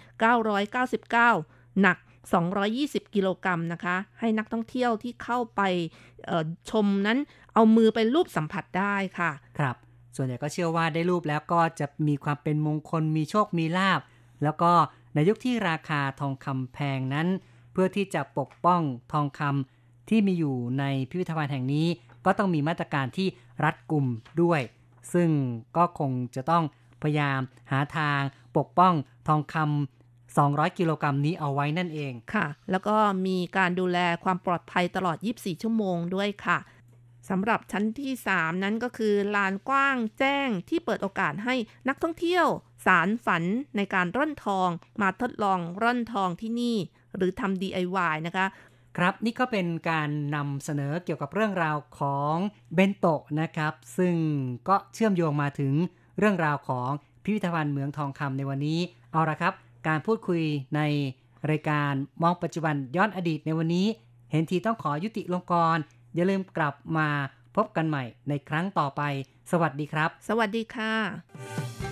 999หนัก220 กิโลกรัมนะคะให้นักท่องเที่ยวที่เข้าไปชมนั้นเอามือไปลูบสัมผัสได้ค่ะครับส่วนใหญ่ก็เชื่อว่าได้รูปแล้วก็จะมีความเป็นมงคลมีโชคมีลาภแล้วก็ในยุคที่ราคาทองคำแพงนั้นเพื่อที่จะปกป้องทองคำที่มีอยู่ในพิพิธภัณฑ์แห่งนี้ก็ต้องมีมาตรการที่รัดกุมด้วยซึ่งก็คงจะต้องพยายามหาทางปกป้องทองคำ200 กิโลกรัมนี้เอาไว้นั่นเองค่ะแล้วก็มีการดูแลความปลอดภัยตลอด24 ชั่วโมงด้วยค่ะสำหรับชั้นที่3นั้นก็คือลานกว้างแจ้งที่เปิดโอกาสให้นักท่องเที่ยวสารฝันในการร่อนทองมาทดลองร่อนทองที่นี่หรือทำ DIY นะคะครับนี่ก็เป็นการนำเสนอเกี่ยวกับเรื่องราวของเบนโตะนะครับซึ่งก็เชื่อมโยงมาถึงเรื่องราวของพิพิธภัณฑ์เหมืองทองคำในวันนี้เอาละครับการพูดคุยในรายการมองปัจจุบันย้อนอดีตในวันนี้เห็นทีต้องขอยุติลงก่อนอย่าลืมกลับมาพบกันใหม่ในครั้งต่อไปสวัสดีครับสวัสดีค่ะ